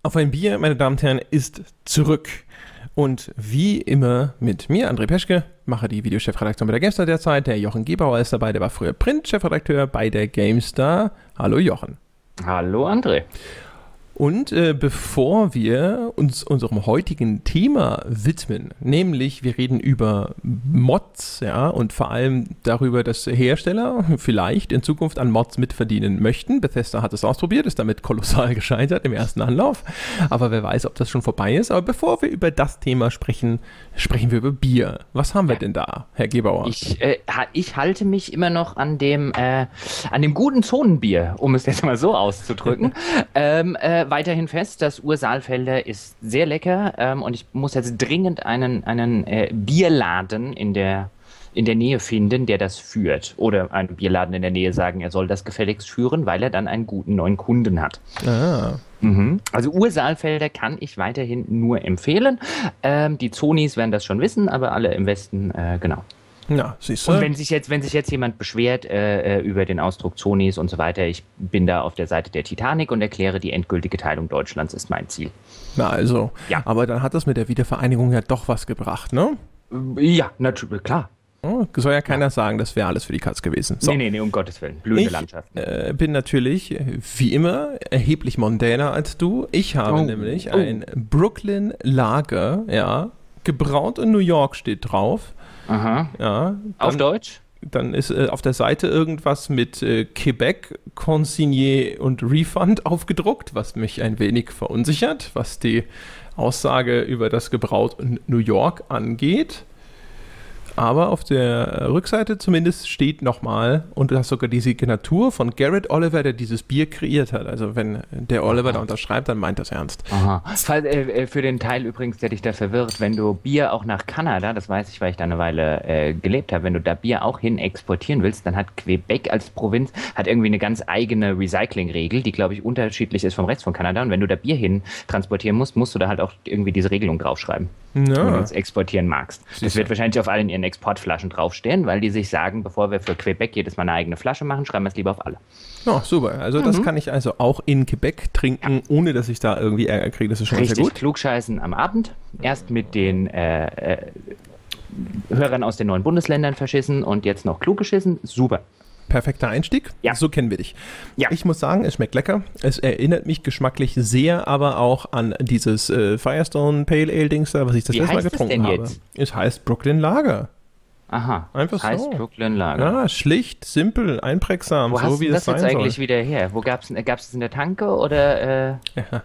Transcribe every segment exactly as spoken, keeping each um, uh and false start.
Auf ein Bier, meine Damen und Herren, ist zurück. Und wie immer mit mir, André Peschke, mache die Videochefredaktion bei der GameStar derzeit. Der Jochen Gebauer ist dabei, der war früher Print-Chefredakteur bei der GameStar. Hallo Jochen. Hallo André. Und äh, bevor wir uns unserem heutigen Thema widmen, nämlich wir reden über Mods, ja, und vor allem darüber, dass Hersteller vielleicht in Zukunft an Mods mitverdienen möchten. Bethesda hat es ausprobiert, ist damit kolossal gescheitert im ersten Anlauf, aber wer weiß, ob das schon vorbei ist. Aber bevor wir über das Thema sprechen, sprechen wir über Bier. Was haben wir denn da, Herr Gebauer? Ich, äh, ich halte mich immer noch an dem, äh, an dem guten Zonenbier, um es jetzt mal so auszudrücken, ähm, äh, weiterhin fest. Das Ursaalfelder ist sehr lecker ähm, und ich muss jetzt dringend einen, einen äh, Bierladen in der, in der Nähe finden, der das führt. Oder einen Bierladen in der Nähe sagen, er soll das gefälligst führen, weil er dann einen guten neuen Kunden hat. Ah. Mhm. Also Ursaalfelder kann ich weiterhin nur empfehlen. Ähm, die Zonis werden das schon wissen, aber alle im Westen, äh, genau. Ja, siehst du. Und wenn sich jetzt, wenn sich jetzt jemand beschwert äh, über den Ausdruck Zonis und so weiter, ich bin da auf der Seite der Titanic und erkläre, die endgültige Teilung Deutschlands ist mein Ziel. Na also, ja. Aber dann hat das mit der Wiedervereinigung ja doch was gebracht, ne? Ja, natürlich, klar. Oh, soll ja keiner ja. sagen, das wäre alles für die Katz gewesen. So. Nee, nee, nee, um Gottes Willen. Blühende ich, Landschaften. Äh, bin natürlich, wie immer, erheblich mondäner als du. Ich habe oh. nämlich oh. ein Brooklyn Lager, ja, gebraut in New York steht drauf. Aha. Ja, dann, auf Deutsch? Dann ist äh, auf der Seite irgendwas mit äh, Quebec, Consigné und Refund aufgedruckt, was mich ein wenig verunsichert, was die Aussage über das Gebraut in New York angeht. Aber auf der Rückseite zumindest steht nochmal, und du hast sogar die Signatur von Garrett Oliver, der dieses Bier kreiert hat. Also wenn der Oliver Aha. da unterschreibt, dann meint das ernst. Aha. Für den Teil übrigens, der dich da verwirrt, wenn du Bier auch nach Kanada, das weiß ich, weil ich da eine Weile äh, gelebt habe, wenn du da Bier auch hin exportieren willst, dann hat Quebec als Provinz hat irgendwie eine ganz eigene Recycling-Regel, die, glaube ich, unterschiedlich ist vom Rest von Kanada. Und wenn du da Bier hin transportieren musst, musst du da halt auch irgendwie diese Regelung draufschreiben. Ja. Wenn du es exportieren magst. Siehst das wird du. wahrscheinlich auf allen ihren Exportflaschen draufstehen, weil die sich sagen, bevor wir für Quebec jedes Mal eine eigene Flasche machen, schreiben wir es lieber auf alle. Ja, super. Also mhm. das kann ich also auch in Quebec trinken, ja. ohne dass ich da irgendwie Ärger kriege. Das ist schon Richtig, sehr gut. Klugscheißen am Abend. Erst mit den äh, äh, Hörern aus den neuen Bundesländern verschissen und jetzt noch klug geschissen. Super. Perfekter Einstieg. Ja. So kennen wir dich. Ja. Ich muss sagen, es schmeckt lecker. Es erinnert mich geschmacklich sehr, aber auch an dieses äh, Firestone Pale Ale Dings da, was ich das letzte Mal getrunken habe. Jetzt? Es heißt Brooklyn Lager. Aha. Einfach das heißt so. Brooklyn Lager. Ja, schlicht, simpel, einprägsam, Wo so hast wie du es das sein jetzt eigentlich soll. wieder her? Wo gab's gab's es in der Tanke oder? Äh?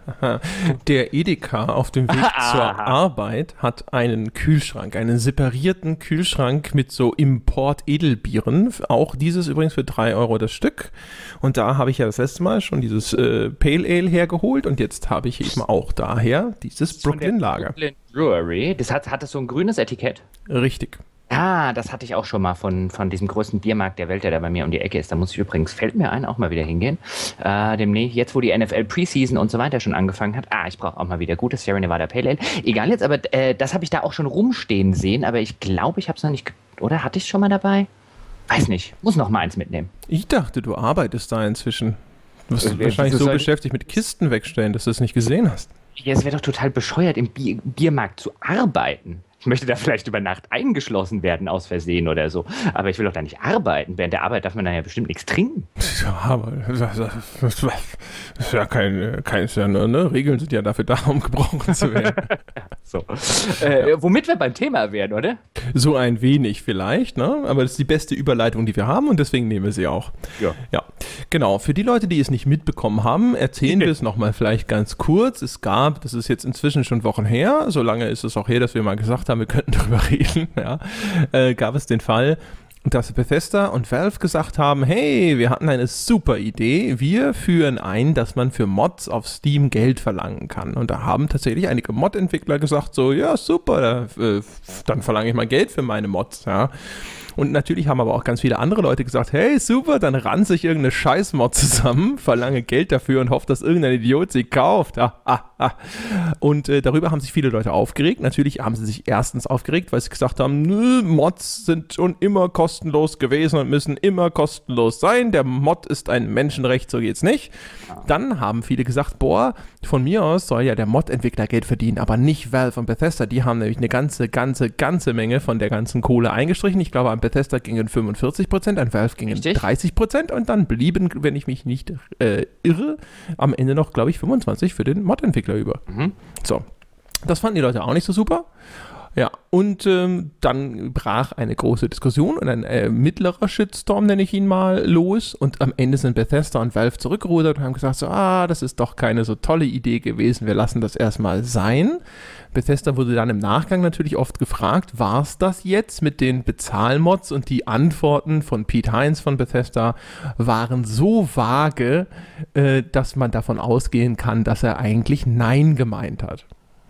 Der Edeka auf dem Weg zur Arbeit hat einen Kühlschrank, einen separierten Kühlschrank mit so Import-Edelbieren. Auch dieses übrigens für drei Euro das Stück. Und da habe ich ja das letzte Mal schon dieses äh, Pale Ale hergeholt und jetzt habe ich eben auch daher dieses Brooklyn Lager. Brooklyn Brewery. Das hat, hat das so ein grünes Etikett? Richtig. Ah, das hatte ich auch schon mal von, von diesem größten Biermarkt der Welt, der da bei mir um die Ecke ist. Da muss ich übrigens, fällt mir ein, auch mal wieder hingehen. Äh, demnächst, jetzt wo die N F L Preseason und so weiter schon angefangen hat. Ah, ich brauche auch mal wieder gutes Sierra Nevada Pale Ale. Egal jetzt, aber äh, das habe ich da auch schon rumstehen sehen. Aber ich glaube, ich habe es noch nicht, oder hatte ich es schon mal dabei? Weiß nicht, muss noch mal eins mitnehmen. Ich dachte, du arbeitest da inzwischen. Du bist äh, wahrscheinlich so beschäftigt mit Kisten wegstellen, dass du es nicht gesehen hast. Ja, es wäre doch total bescheuert, im Bier- Biermarkt zu arbeiten. Ich möchte da vielleicht über Nacht eingeschlossen werden aus Versehen oder so. Aber ich will doch da nicht arbeiten. Während der Arbeit darf man dann ja bestimmt nichts trinken. Ja, aber das ist ja kein, kein ist ja, ne? Regeln sind ja dafür da, um gebrochen zu werden. so. Äh, womit wir beim Thema wären, oder? So ein wenig vielleicht, ne? Aber das ist die beste Überleitung, die wir haben und deswegen nehmen wir sie auch. Ja. Ja, genau. Für die Leute, die es nicht mitbekommen haben, erzählen wir es nochmal vielleicht ganz kurz. Es gab, das ist jetzt inzwischen schon Wochen her, so lange ist es auch her, dass wir mal gesagt haben, wir könnten darüber reden, ja, äh, gab es den Fall, dass Bethesda und Valve gesagt haben, hey, wir hatten eine super Idee, wir führen ein, dass man für Mods auf Steam Geld verlangen kann. Und da haben tatsächlich einige Mod-Entwickler gesagt, so, ja, super, äh, dann verlange ich mal Geld für meine Mods, ja. Und natürlich haben aber auch ganz viele andere Leute gesagt, hey, super, dann ranze ich irgendeine Scheiß-Mod zusammen, verlange Geld dafür und hoffe, dass irgendein Idiot sie kauft. Ah, ah, Und äh, darüber haben sich viele Leute aufgeregt. Natürlich haben sie sich erstens aufgeregt, weil sie gesagt haben, nö, Mods sind schon immer kostenlos gewesen und müssen immer kostenlos sein. Der Mod ist ein Menschenrecht, so geht's nicht. Dann haben viele gesagt, boah, von mir aus soll ja der Mod-Entwickler Geld verdienen, aber nicht Valve und Bethesda. Die haben nämlich eine ganze, ganze, ganze Menge von der ganzen Kohle eingestrichen. Ich glaube, an Bethesda gingen fünfundvierzig Prozent, an Valve gingen Richtig? dreißig Prozent und dann blieben, wenn ich mich nicht äh, irre, am Ende noch, glaube ich, fünfundzwanzig für den Mod-Entwickler über. Mhm. So, das fanden die Leute auch nicht so super. Ja, und ähm, dann brach eine große Diskussion und ein äh, mittlerer Shitstorm, nenne ich ihn mal, los. Und am Ende sind Bethesda und Valve zurückgerudert und haben gesagt, so, ah, das ist doch keine so tolle Idee gewesen, wir lassen das erstmal sein. Bethesda wurde dann im Nachgang natürlich oft gefragt, war es das jetzt mit den Bezahlmods? Und die Antworten von Pete Hines von Bethesda waren so vage, äh, dass man davon ausgehen kann, dass er eigentlich Nein gemeint hat.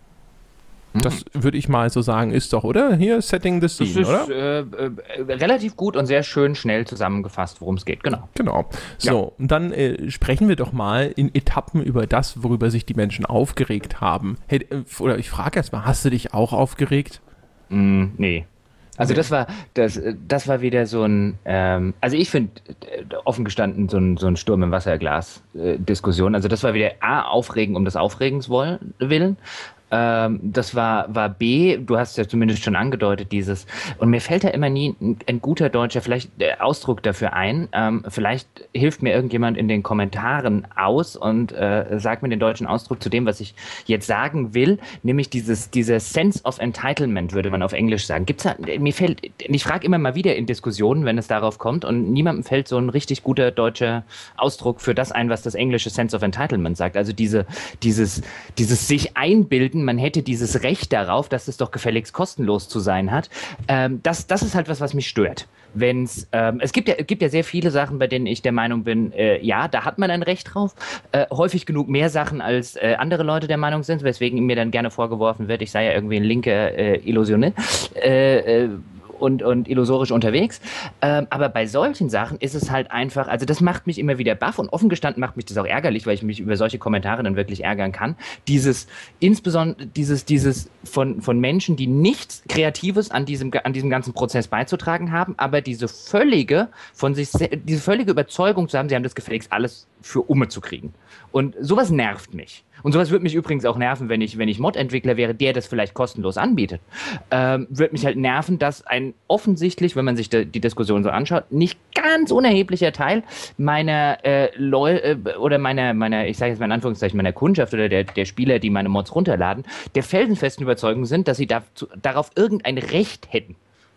Das würde ich mal so sagen, ist doch, oder? Hier, Setting the Scene, Das ist oder? äh, äh, relativ gut und sehr schön schnell zusammengefasst, worum es geht, genau. Genau. So, Ja. und dann äh, sprechen wir doch mal in Etappen über das, worüber sich die Menschen aufgeregt haben. Hey, äh, oder ich frage erst mal, hast du dich auch aufgeregt? Mm, nee. Also Nee. das war das, das war wieder so ein, ähm, also ich finde äh, offen gestanden so ein, so ein Sturm im Wasserglas äh, Diskussion. Also das war wieder A, Aufregen um des Aufregens wollen, willen. Ähm, das war, war B, du hast ja zumindest schon angedeutet, dieses, und mir fällt da immer nie ein, ein guter deutscher vielleicht der Ausdruck dafür ein. Ähm, vielleicht hilft mir irgendjemand in den Kommentaren aus und äh, sagt mir den deutschen Ausdruck zu dem, was ich jetzt sagen will, nämlich dieses, dieser Sense of Entitlement, würde man auf Englisch sagen. Gibt's da, mir fällt, ich frage immer mal wieder in Diskussionen, wenn es darauf kommt, und niemandem fällt so ein richtig guter deutscher Ausdruck für das ein, was das englische Sense of Entitlement sagt. Also diese, dieses, dieses sich einbilden, man hätte dieses Recht darauf, dass es doch gefälligst kostenlos zu sein hat. Ähm, das, das ist halt was, was mich stört. Wenn's, ähm, es gibt ja, gibt ja sehr viele Sachen, bei denen ich der Meinung bin, äh, ja, da hat man ein Recht drauf. Äh, häufig genug mehr Sachen, als äh, andere Leute der Meinung sind, weswegen mir dann gerne vorgeworfen wird, ich sei ja irgendwie ein linker äh, Illusionist. Äh, äh, Und, und illusorisch unterwegs. Ähm, aber bei solchen Sachen ist es halt einfach, also das macht mich immer wieder baff und offen gestanden macht mich das auch ärgerlich, weil ich mich über solche Kommentare dann wirklich ärgern kann. Dieses, insbesondere dieses, dieses von, von Menschen, die nichts Kreatives an diesem, an diesem ganzen Prozess beizutragen haben, aber diese völlige, von sich, diese völlige Überzeugung zu haben, sie haben das gefälligst alles für Umme zu kriegen. Und sowas nervt mich. Und sowas würde mich übrigens auch nerven, wenn ich, wenn ich Mod-Entwickler wäre, der das vielleicht kostenlos anbietet. Ähm, würde mich halt nerven, dass ein offensichtlich, wenn man sich de, die Diskussion so anschaut, nicht ganz unerheblicher Teil meiner äh, Leu äh, oder meiner, meiner, ich sage jetzt mal in Anführungszeichen, meiner Kundschaft oder der, der Spieler, die meine Mods runterladen, der felsenfesten Überzeugung sind, dass sie dazu, darauf irgendein Recht hätten.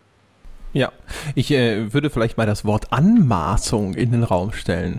Ja, ich äh, würde vielleicht mal das Wort Anmaßung in den Raum stellen.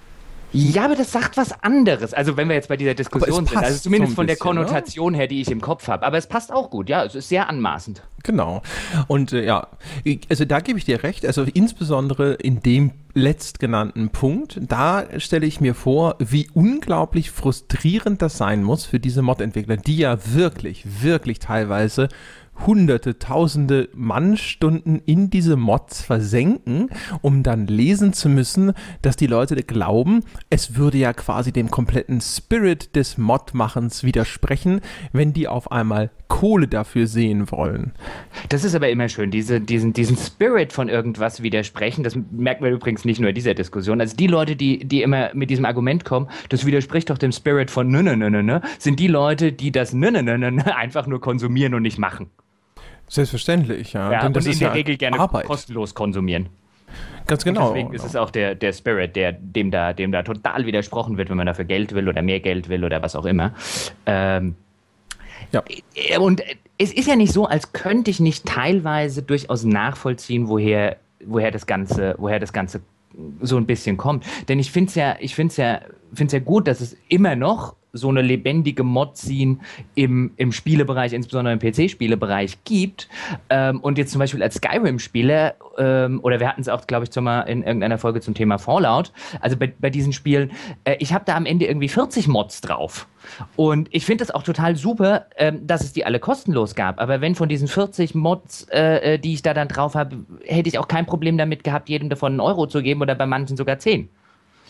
Ja, aber das sagt was anderes. Also wenn wir jetzt bei dieser Diskussion sind, also zumindest so ein von der bisschen, Konnotation her, die ich im Kopf habe. Aber es passt auch gut, ja, es ist sehr anmaßend. Genau. Und äh, ja, also da gebe ich dir recht, also insbesondere in dem letztgenannten Punkt, da stelle ich mir vor, wie unglaublich frustrierend das sein muss für diese Mod-Entwickler, die ja wirklich, wirklich teilweise hunderte, tausende Mannstunden in diese Mods versenken, um dann lesen zu müssen, dass die Leute glauben, es würde ja quasi dem kompletten Spirit des Modmachens widersprechen, wenn die auf einmal Kohle dafür sehen wollen. Das ist aber immer schön, diese, diesen, diesen Spirit von irgendwas widersprechen, das merkt man übrigens nicht nur in dieser Diskussion. Also die Leute, die, die immer mit diesem Argument kommen, das widerspricht doch dem Spirit von nö, nö, nö, nö, nö, sind die Leute, die das nö, nö, nö, nö, einfach nur konsumieren und nicht machen. Selbstverständlich, ja. Ja, Denn das und in ist der ja Regel gerne Arbeit. kostenlos konsumieren. Ganz genau. Und deswegen ist es auch der, der Spirit, der, dem, da, dem da total widersprochen wird, wenn man dafür Geld will oder mehr Geld will oder was auch immer. Ähm, Ja. Und es ist ja nicht so, als könnte ich nicht teilweise durchaus nachvollziehen, woher, woher, das, Ganze, woher das Ganze so ein bisschen kommt. Denn ich finde es ja, ich find's ja, find's ja gut, dass es immer noch so eine lebendige Mod-Scene im, im Spielebereich, insbesondere im P C-Spielebereich gibt. Ähm, und jetzt zum Beispiel als Skyrim-Spieler, ähm, oder wir hatten es auch, glaube ich, schon mal in irgendeiner Folge zum Thema Fallout, also bei, bei diesen Spielen, äh, ich habe da am Ende irgendwie vierzig Mods drauf. Und ich finde das auch total super, ähm, dass es die alle kostenlos gab. Aber wenn von diesen vierzig Mods, äh, die ich da dann drauf habe, hätte ich auch kein Problem damit gehabt, jedem davon einen Euro zu geben oder bei manchen sogar zehn.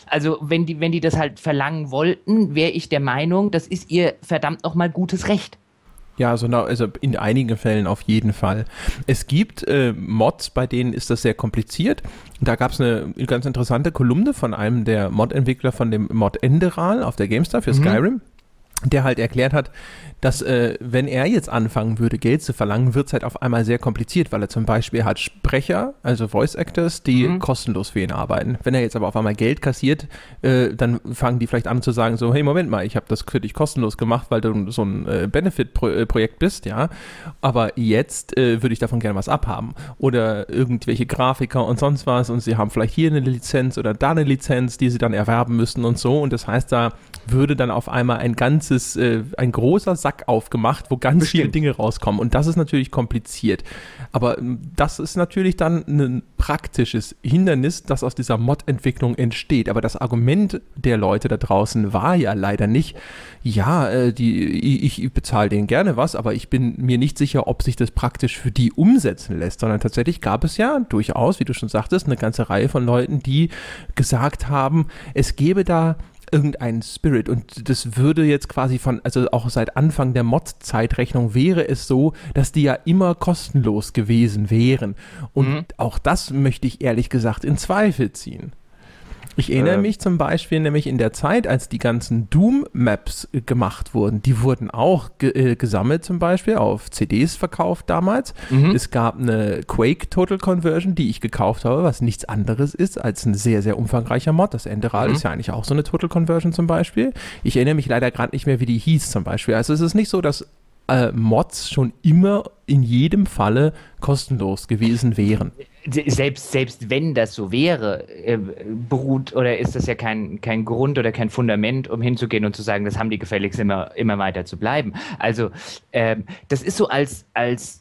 Also wenn die, wenn die das halt verlangen wollten, wäre ich der Meinung, das ist ihr verdammt nochmal gutes Recht. Ja, also, also in einigen Fällen auf jeden Fall. Es gibt äh, Mods, bei denen ist das sehr kompliziert. Da gab es eine ganz interessante Kolumne von einem der Mod-Entwickler von dem Mod Enderal auf der GameStar für mhm. Skyrim, der halt erklärt hat, dass äh, wenn er jetzt anfangen würde, Geld zu verlangen, wird es halt auf einmal sehr kompliziert, weil er zum Beispiel hat Sprecher, also Voice Actors, die mhm. kostenlos für ihn arbeiten. Wenn er jetzt aber auf einmal Geld kassiert, äh, dann fangen die vielleicht an zu sagen so, hey, Moment mal, ich habe das für dich kostenlos gemacht, weil du so ein äh, Benefit-Projekt bist, ja, aber jetzt äh, würde ich davon gerne was abhaben. Oder irgendwelche Grafiker und sonst was und sie haben vielleicht hier eine Lizenz oder da eine Lizenz, die sie dann erwerben müssen und so und das heißt, da würde dann auf einmal ein ganzes, äh, ein großer Sack aufgemacht, wo ganz Bestimmt. viele Dinge rauskommen. Und das ist natürlich kompliziert. Aber das ist natürlich dann ein praktisches Hindernis, das aus dieser Mod-Entwicklung entsteht. Aber das Argument der Leute da draußen war ja leider nicht, ja, äh, die, ich, ich bezahle denen gerne was, aber ich bin mir nicht sicher, ob sich das praktisch für die umsetzen lässt, sondern tatsächlich gab es ja durchaus, wie du schon sagtest, eine ganze Reihe von Leuten, die gesagt haben, es gäbe da irgendeinen Spirit und das würde jetzt quasi von, also auch seit Anfang der Mod-Zeitrechnung wäre es so, dass die ja immer kostenlos gewesen wären und mhm. auch das möchte ich ehrlich gesagt in Zweifel ziehen. Ich erinnere äh. mich zum Beispiel nämlich in der Zeit, als die ganzen Doom-Maps äh, gemacht wurden, die wurden auch ge- äh, gesammelt zum Beispiel, auf C Ds verkauft damals. Mhm. Es gab eine Quake Total Conversion, die ich gekauft habe, was nichts anderes ist als ein sehr, sehr umfangreicher Mod. Das Enderal mhm. ist ja eigentlich auch so eine Total Conversion zum Beispiel. Ich erinnere mich leider gerade nicht mehr, wie die hieß zum Beispiel. Also es ist nicht so, dass äh, Mods schon immer in jedem Falle kostenlos gewesen wären. Selbst, selbst wenn das so wäre, äh, beruht oder ist das ja kein, kein Grund oder kein Fundament, um hinzugehen und zu sagen, das haben die gefälligst immer, immer weiter zu bleiben. Also ähm, das ist so als, als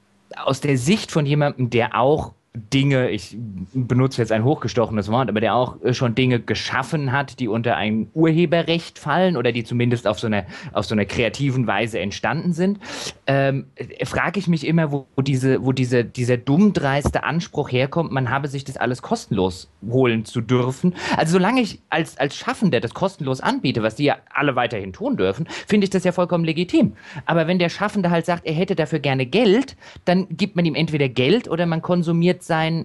aus der Sicht von jemandem, der auch Dinge, ich benutze jetzt ein hochgestochenes Wort, aber der auch schon Dinge geschaffen hat, die unter ein Urheberrecht fallen oder die zumindest auf so einer, auf so einer kreativen Weise entstanden sind, ähm, frage ich mich immer, wo, wo, diese, wo diese, dieser dummdreiste Anspruch herkommt, man habe sich das alles kostenlos holen zu dürfen. Also solange ich als, als Schaffender das kostenlos anbiete, was die ja alle weiterhin tun dürfen, finde ich das ja vollkommen legitim. Aber wenn der Schaffende halt sagt, er hätte dafür gerne Geld, dann gibt man ihm entweder Geld oder man konsumiert sein,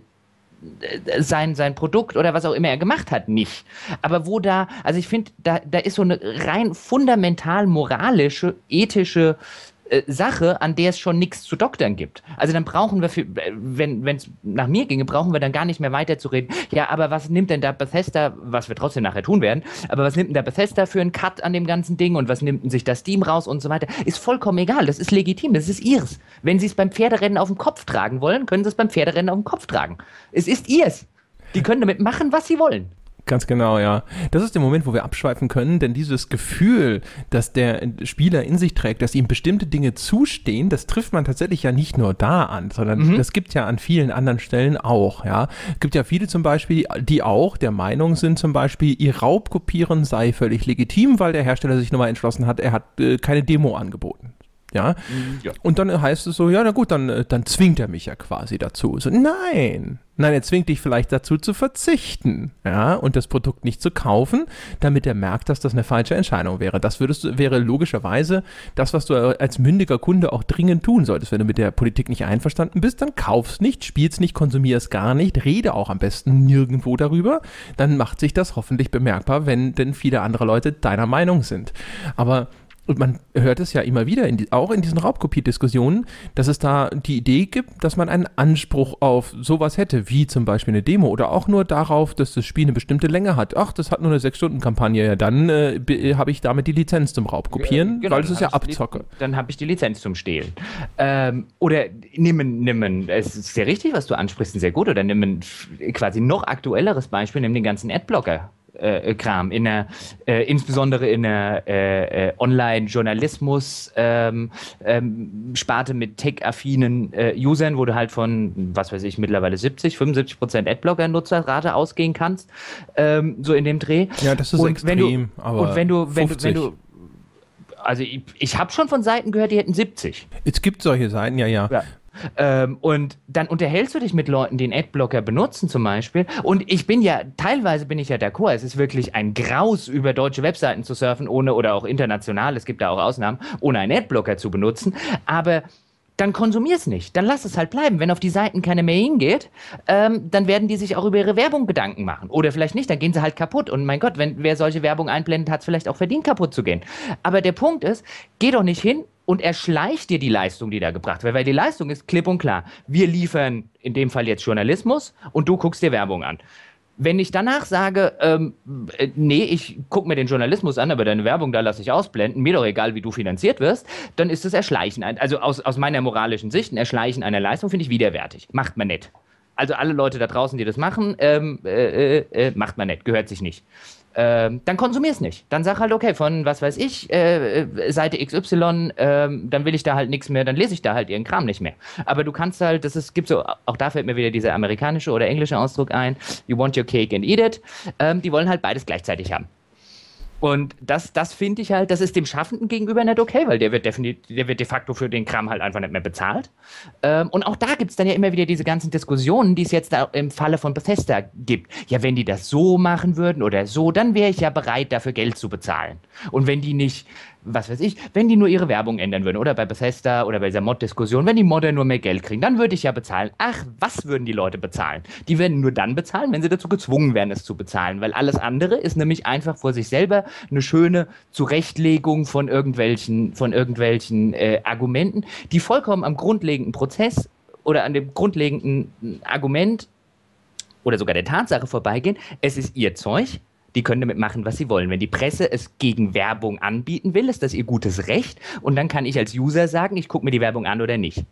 sein, sein Produkt oder was auch immer er gemacht hat, nicht. Aber wo da, also ich finde, da, da ist so eine rein fundamental moralische, ethische äh, Sache, an der es schon nichts zu doktern gibt. Also dann brauchen wir, für, wenn es nach mir ginge, brauchen wir dann gar nicht mehr weiterzureden. Ja, aber was nimmt denn da Bethesda, was wir trotzdem nachher tun werden, aber was nimmt denn da Bethesda für einen Cut an dem ganzen Ding und was nimmt denn sich das Steam raus und so weiter? Ist vollkommen egal, das ist legitim, das ist ihrs. Wenn sie es beim Pferderennen auf dem Kopf tragen wollen, können sie es beim Pferderennen auf dem Kopf tragen. Es ist ihrs. Die können damit machen, was sie wollen. Ganz genau, ja. Das ist der Moment, wo wir abschweifen können, denn dieses Gefühl, dass der Spieler in sich trägt, dass ihm bestimmte Dinge zustehen, das trifft man tatsächlich ja nicht nur da an, sondern mhm. das gibt ja an vielen anderen Stellen auch, ja. Es gibt ja viele zum Beispiel, die auch der Meinung sind zum Beispiel, ihr Raubkopieren sei völlig legitim, weil der Hersteller sich nochmal entschlossen hat, er hat äh, keine Demo angeboten. Ja? ja, und dann heißt es so, ja, na gut, dann, dann zwingt er mich ja quasi dazu. So, nein, nein, er zwingt dich vielleicht dazu zu verzichten, ja, und das Produkt nicht zu kaufen, damit er merkt, dass das eine falsche Entscheidung wäre. Das würdest, wäre logischerweise das, was du als mündiger Kunde auch dringend tun solltest. Wenn du mit der Politik nicht einverstanden bist, dann kauf's nicht, spiel's nicht, konsumier's gar nicht, rede auch am besten nirgendwo darüber, dann macht sich das hoffentlich bemerkbar, wenn denn viele andere Leute deiner Meinung sind. Aber und man hört es ja immer wieder, in die, auch in diesen Raubkopiediskussionen, dass es da die Idee gibt, dass man einen Anspruch auf sowas hätte, wie zum Beispiel eine Demo oder auch nur darauf, dass das Spiel eine bestimmte Länge hat. Ach, das hat nur eine sechs Stunden Kampagne, ja, dann äh, habe ich damit die Lizenz zum Raubkopieren, ja, genau, weil das ist ja Abzocke. Die, dann habe ich die Lizenz zum Stehlen. Ähm, oder nimm, nimm, es ist sehr richtig, was du ansprichst, sehr gut, oder nimm ein quasi noch aktuelleres Beispiel, nimm den ganzen Adblocker. Äh, Kram, in der, äh, insbesondere in der äh, äh, Online-Journalismus ähm, ähm, Sparte mit tech-affinen äh, Usern, wo du halt von, was weiß ich, mittlerweile siebzig, fünfundsiebzig Prozent Adblocker-Nutzerrate ausgehen kannst, ähm, so in dem Dreh. Ja, das ist und extrem, wenn du, aber und wenn du, wenn du, wenn du also ich, ich habe schon von Seiten gehört, die hätten siebzig. Es gibt solche Seiten, ja, ja. ja. Ähm, und dann unterhältst du dich mit Leuten, die einen Adblocker benutzen zum Beispiel. Und ich bin ja, teilweise bin ich ja d'accord, es ist wirklich ein Graus, über deutsche Webseiten zu surfen, ohne, oder auch international, es gibt da auch Ausnahmen, ohne einen Adblocker zu benutzen. Aber dann konsumier es nicht. Dann lass es halt bleiben. Wenn auf die Seiten keine mehr hingeht, ähm, dann werden die sich auch über ihre Werbung Gedanken machen. Oder vielleicht nicht, dann gehen sie halt kaputt. Und mein Gott, wenn wer solche Werbung einblendet, hat es vielleicht auch verdient, kaputt zu gehen. Aber der Punkt ist, geh doch nicht hin und erschleicht dir die Leistung, die da gebracht wird. Weil die Leistung ist klipp und klar. Wir liefern in dem Fall jetzt Journalismus und du guckst dir Werbung an. Wenn ich danach sage, ähm, äh, nee, ich gucke mir den Journalismus an, aber deine Werbung, da lasse ich ausblenden, mir doch egal, wie du finanziert wirst, dann ist das Erschleichen. Also aus, aus meiner moralischen Sicht, ein Erschleichen einer Leistung finde ich widerwärtig. Macht man nicht. Also alle Leute da draußen, die das machen, ähm, äh, äh, macht man nicht, gehört sich nicht. Ähm, dann konsumier es nicht. Dann sag halt, okay, von was weiß ich, äh, Seite X Y, äh, dann will ich da halt nichts mehr, dann lese ich da halt ihren Kram nicht mehr. Aber du kannst halt, das ist, gibt so, auch da fällt mir wieder dieser amerikanische oder englische Ausdruck ein, you want your cake and eat it. Ähm, die wollen halt beides gleichzeitig haben. Und das, das finde ich halt, das ist dem Schaffenden gegenüber nicht okay, weil der wird definitiv, der wird de facto für den Kram halt einfach nicht mehr bezahlt. Ähm, und auch da gibt es dann ja immer wieder diese ganzen Diskussionen, die es jetzt da im Falle von Bethesda gibt. Ja, wenn die das so machen würden oder so, dann wäre ich ja bereit, dafür Geld zu bezahlen. Und wenn die nicht, was weiß ich, wenn die nur ihre Werbung ändern würden, oder bei Bethesda oder bei dieser Mod-Diskussion, wenn die Modder nur mehr Geld kriegen, dann würde ich ja bezahlen. Ach, was würden die Leute bezahlen? Die werden nur dann bezahlen, wenn sie dazu gezwungen werden, es zu bezahlen, weil alles andere ist nämlich einfach vor sich selber eine schöne Zurechtlegung von irgendwelchen, von irgendwelchen äh, Argumenten, die vollkommen am grundlegenden Prozess oder an dem grundlegenden Argument oder sogar der Tatsache vorbeigehen, es ist ihr Zeug. Die können damit machen, was sie wollen. Wenn die Presse es gegen Werbung anbieten will, ist das ihr gutes Recht. Und dann kann ich als User sagen, ich gucke mir die Werbung an oder nicht.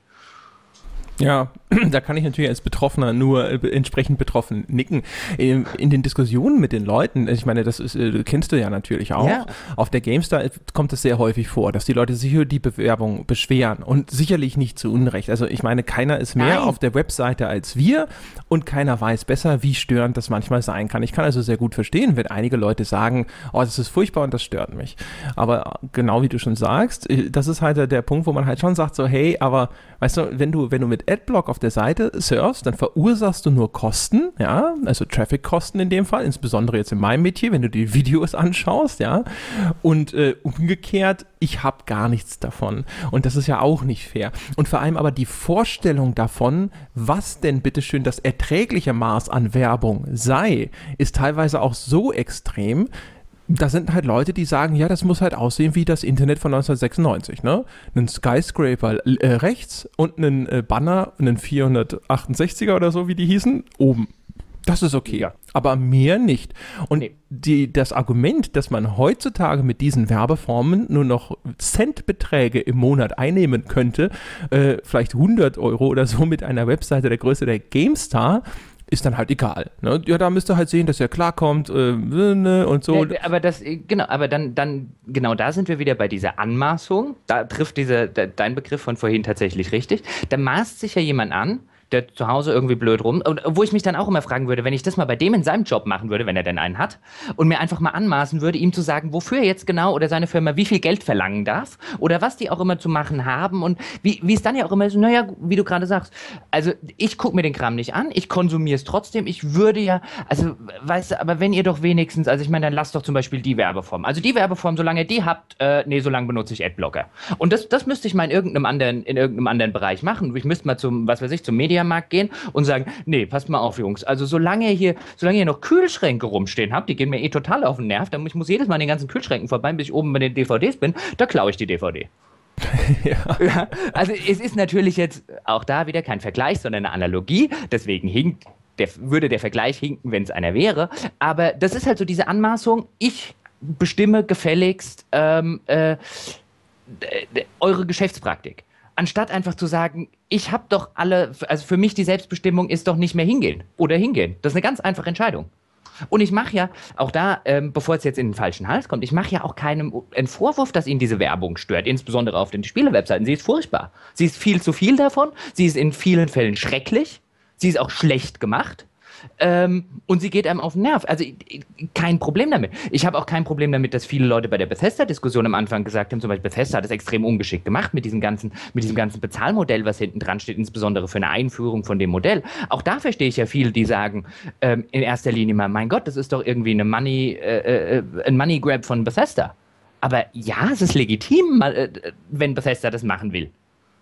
Ja, da kann ich natürlich als Betroffener nur äh, entsprechend betroffen nicken. In, in den Diskussionen mit den Leuten, ich meine, das ist, äh, kennst du ja natürlich auch, ja. Auf der GameStar kommt es sehr häufig vor, dass die Leute sich über die Bewerbung beschweren und sicherlich nicht zu Unrecht. Also ich meine, keiner ist mehr Nein. auf der Webseite als wir und keiner weiß besser, wie störend das manchmal sein kann. Ich kann also sehr gut verstehen, wenn einige Leute sagen, oh, das ist furchtbar und das stört mich. Aber genau wie du schon sagst, das ist halt der Punkt, wo man halt schon sagt, so hey, aber weißt du, wenn du, wenn du mit Adblock auf der Seite surfst, dann verursachst du nur Kosten, ja, also Traffic-Kosten in dem Fall, insbesondere jetzt in meinem Metier, wenn du die Videos anschaust, ja, und äh, umgekehrt, ich habe gar nichts davon und das ist ja auch nicht fair. Und vor allem aber die Vorstellung davon, was denn bitteschön das erträgliche Maß an Werbung sei, ist teilweise auch so extrem. Da sind halt Leute, die sagen, ja, das muss halt aussehen wie das Internet von neunzehnhundertsechsundneunzig, ne? Einen Skyscraper äh, rechts und einen äh, Banner, einen vierhundertachtundsechziger oder so, wie die hießen, oben. Das ist okay, ja. Aber mehr nicht. Und nee. die, das Argument, dass man heutzutage mit diesen Werbeformen nur noch Centbeträge im Monat einnehmen könnte, äh, vielleicht hundert Euro oder so mit einer Webseite der Größe der GameStar, ist dann halt egal. Ne? Ja, da müsst ihr halt sehen, dass er klarkommt äh, ne, und so. Ja, aber das, genau, aber dann, dann, genau da sind wir wieder bei dieser Anmaßung. Da trifft diese, de, dein Begriff von vorhin tatsächlich richtig. Da maßt sich ja jemand an, der zu Hause irgendwie blöd rum, und wo ich mich dann auch immer fragen würde, wenn ich das mal bei dem in seinem Job machen würde, wenn er denn einen hat, und mir einfach mal anmaßen würde, ihm zu sagen, wofür er jetzt genau oder seine Firma wie viel Geld verlangen darf oder was die auch immer zu machen haben und wie, wie es dann ja auch immer so, naja, wie du gerade sagst, also ich gucke mir den Kram nicht an, ich konsumiere es trotzdem, ich würde ja, also weißt du, aber wenn ihr doch wenigstens, also ich meine, dann lasst doch zum Beispiel die Werbeform, also die Werbeform, solange ihr die habt, äh, nee, solange benutze ich Adblocker. Und das, das müsste ich mal in irgendeinem anderen, in irgendeinem anderen Bereich machen. Ich müsste mal zum, was weiß ich, zum Media Markt gehen und sagen, nee, passt mal auf, Jungs. Also solange ihr hier, solange ihr noch Kühlschränke rumstehen habt, die gehen mir eh total auf den Nerv, dann ich muss jedes Mal an den ganzen Kühlschränken vorbei, bis ich oben bei den D V Ds bin, da klaue ich die D V D. ja. Ja, also es ist natürlich jetzt auch da wieder kein Vergleich, sondern eine Analogie, deswegen hinkt, der, würde der Vergleich hinken, wenn es einer wäre, aber das ist halt so diese Anmaßung, ich bestimme gefälligst ähm, äh, eure Geschäftspraktik. Anstatt einfach zu sagen, ich habe doch alle, also für mich die Selbstbestimmung ist doch nicht mehr hingehen oder hingehen. Das ist eine ganz einfache Entscheidung. Und ich mache ja, auch da, ähm, bevor es jetzt in den falschen Hals kommt, ich mache ja auch keinem einen Vorwurf, dass ihn diese Werbung stört, insbesondere auf den Spielewebseiten. Sie ist furchtbar. Sie ist viel zu viel davon, sie ist in vielen Fällen schrecklich, sie ist auch schlecht gemacht. ähm, und sie geht einem auf den Nerv. Also kein Problem damit. Ich habe auch kein Problem damit, dass viele Leute bei der Bethesda-Diskussion am Anfang gesagt haben, zum Beispiel Bethesda hat es extrem ungeschickt gemacht mit diesem ganzen, mit diesem ganzen Bezahlmodell, was hinten dran steht, insbesondere für eine Einführung von dem Modell. Auch da verstehe ich ja viele, die sagen, ähm, in erster Linie mal, mein Gott, das ist doch irgendwie eine Money, äh, äh, ein Money Grab von Bethesda. Aber ja, es ist legitim, äh, wenn Bethesda das machen will.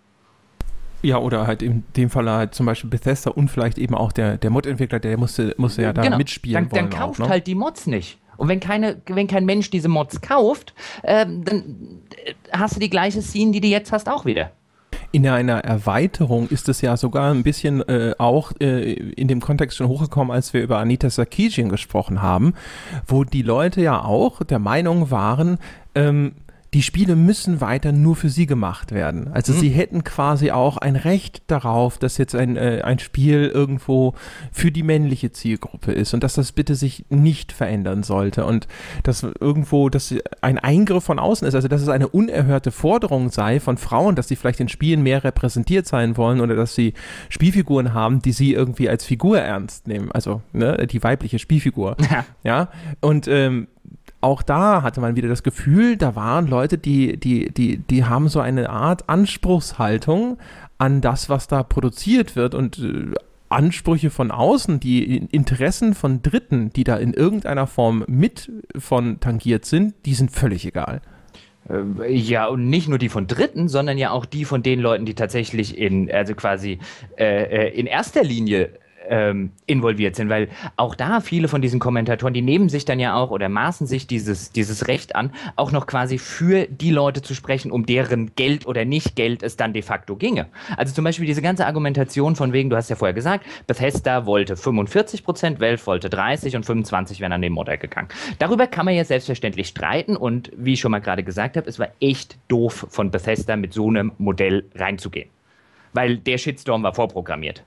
Ja, oder halt in dem Fall halt zum Beispiel Bethesda und vielleicht eben auch der, der Mod-Entwickler, der musste, musste ja da genau. mitspielen dann, wollen. Dann kauft auch, ne? halt die Mods nicht. Und wenn, keine, wenn kein Mensch diese Mods kauft, äh, dann hast du die gleiche Scene, die du jetzt hast, auch wieder. In einer Erweiterung ist es ja sogar ein bisschen äh, auch äh, in dem Kontext schon hochgekommen, als wir über Anita Sarkeesian gesprochen haben, wo die Leute ja auch der Meinung waren, ähm, die Spiele müssen weiter nur für sie gemacht werden. Also mhm. sie hätten quasi auch ein Recht darauf, dass jetzt ein, äh, ein Spiel irgendwo für die männliche Zielgruppe ist und dass das bitte sich nicht verändern sollte und dass irgendwo dass ein Eingriff von außen ist, also dass es eine unerhörte Forderung sei von Frauen, dass sie vielleicht in Spielen mehr repräsentiert sein wollen oder dass sie Spielfiguren haben, die sie irgendwie als Figur ernst nehmen, also ne, die weibliche Spielfigur. Ja, ja? Und ähm, auch da hatte man wieder das Gefühl, da waren Leute, die, die, die, die haben so eine Art Anspruchshaltung an das, was da produziert wird und äh, Ansprüche von außen, die Interessen von Dritten, die da in irgendeiner Form mit von tangiert sind, die sind völlig egal. Ja, und nicht nur die von Dritten, sondern ja auch die von den Leuten, die tatsächlich in, also quasi äh, in erster Linie Ähm, involviert sind, weil auch da viele von diesen Kommentatoren, die nehmen sich dann ja auch oder maßen sich dieses, dieses Recht an, auch noch quasi für die Leute zu sprechen, um deren Geld oder nicht Geld es dann de facto ginge. Also zum Beispiel diese ganze Argumentation von wegen, du hast ja vorher gesagt, Bethesda wollte fünfundvierzig Prozent, Valve wollte dreißig und fünfundzwanzig wären an den Modder gegangen. Darüber kann man ja selbstverständlich streiten und wie ich schon mal gerade gesagt habe, es war echt doof von Bethesda mit so einem Modell reinzugehen. Weil der Shitstorm war vorprogrammiert.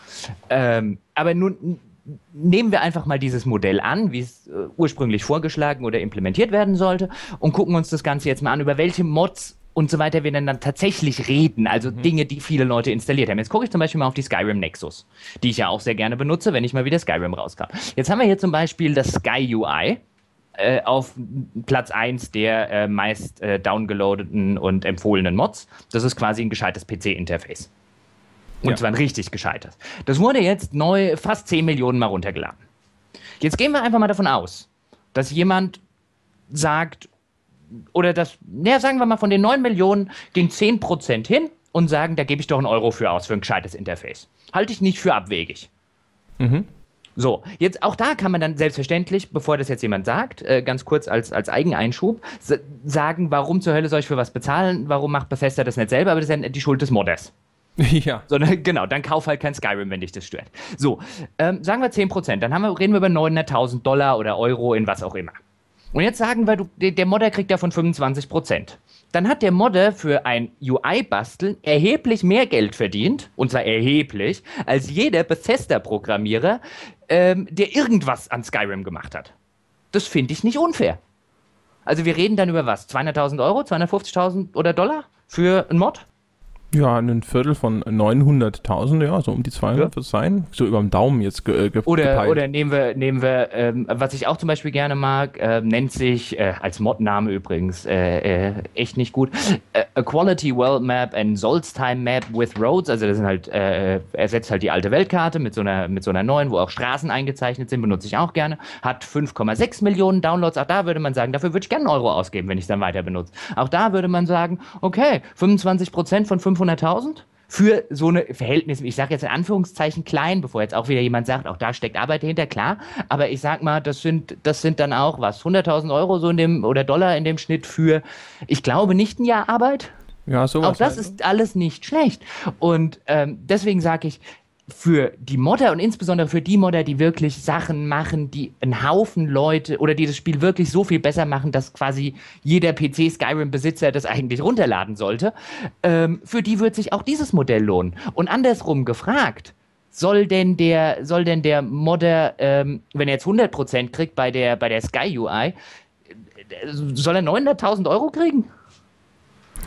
Ähm, aber nun nehmen wir einfach mal dieses Modell an, wie es äh, ursprünglich vorgeschlagen oder implementiert werden sollte und gucken uns das Ganze jetzt mal an, über welche Mods und so weiter wir denn dann tatsächlich reden, also mhm. Dinge, die viele Leute installiert haben. Jetzt gucke ich zum Beispiel mal auf die Skyrim Nexus, die ich ja auch sehr gerne benutze, wenn ich mal wieder Skyrim rauskam. Jetzt haben wir hier zum Beispiel das Sky U I äh, auf Platz eins der äh, meist äh, downgeloadeten und empfohlenen Mods. Das ist quasi ein gescheites P C-Interface. Und ja. zwar ein richtig gescheites. Das wurde jetzt neu fast zehn Millionen Mal runtergeladen. Jetzt gehen wir einfach mal davon aus, dass jemand sagt, oder das, ja, sagen wir mal, von den neun Millionen gehen zehn Prozent hin und sagen, da gebe ich doch einen Euro für aus, für ein gescheites Interface. Halte ich nicht für abwegig. Mhm. So, jetzt auch da kann man dann selbstverständlich, bevor das jetzt jemand sagt, äh, ganz kurz als, als Eigeneinschub, s- sagen, warum zur Hölle soll ich für was bezahlen, warum macht Bethesda das nicht selber, aber das ist ja die Schuld des Modders. Ja. Sondern, genau, dann kauf halt kein Skyrim, wenn dich das stört. So, ähm, sagen wir zehn Prozent, dann haben wir, reden wir über neunhunderttausend Dollar oder Euro in was auch immer. Und jetzt sagen wir, du, der Modder kriegt davon fünfundzwanzig Prozent. Dann hat der Modder für ein U I-Basteln erheblich mehr Geld verdient, und zwar erheblich, als jeder Bethesda-Programmierer, ähm, der irgendwas an Skyrim gemacht hat. Das finde ich nicht unfair. Also wir reden dann über was? zweihunderttausend Euro, zweihundertfünfzigtausend oder Dollar für einen Mod? Ja, ein Viertel von neunhunderttausend, ja, so um die zweihundert ja. wird es sein. So über dem Daumen jetzt ge ge oder, gepeilt. Oder nehmen wir, nehmen wir ähm, was ich auch zum Beispiel gerne mag, äh, nennt sich, äh, als Mod-Name übrigens, äh, äh, echt nicht gut, äh, A Quality World Map and Solstheim Map with Roads, also das sind halt, äh, ersetzt halt die alte Weltkarte mit so einer, mit so einer neuen, wo auch Straßen eingezeichnet sind, benutze ich auch gerne, hat fünf Komma sechs Millionen Downloads, auch da würde man sagen, dafür würde ich gerne einen Euro ausgeben, wenn ich es dann weiter benutze. Auch da würde man sagen, okay, fünfundzwanzig Prozent von fünfhunderttausend für so eine Verhältnis, ich sage jetzt in Anführungszeichen klein, bevor jetzt auch wieder jemand sagt, auch da steckt Arbeit dahinter, klar, aber ich sag mal, das sind, das sind dann auch was, hunderttausend Euro so in dem, oder Dollar in dem Schnitt für, ich glaube, nicht ein Jahr Arbeit. Ja, sowas. Auch das halt. Ist alles nicht schlecht. Und ähm, deswegen sage ich, für die Modder und insbesondere für die Modder, die wirklich Sachen machen, die einen Haufen Leute oder die das Spiel wirklich so viel besser machen, dass quasi jeder P C-Skyrim-Besitzer das eigentlich runterladen sollte, ähm, für die wird sich auch dieses Modell lohnen. Und andersrum gefragt, soll denn der, soll denn der Modder, ähm, wenn er jetzt hundert Prozent kriegt bei der, bei der Sky U I, soll er neunhunderttausend Euro kriegen?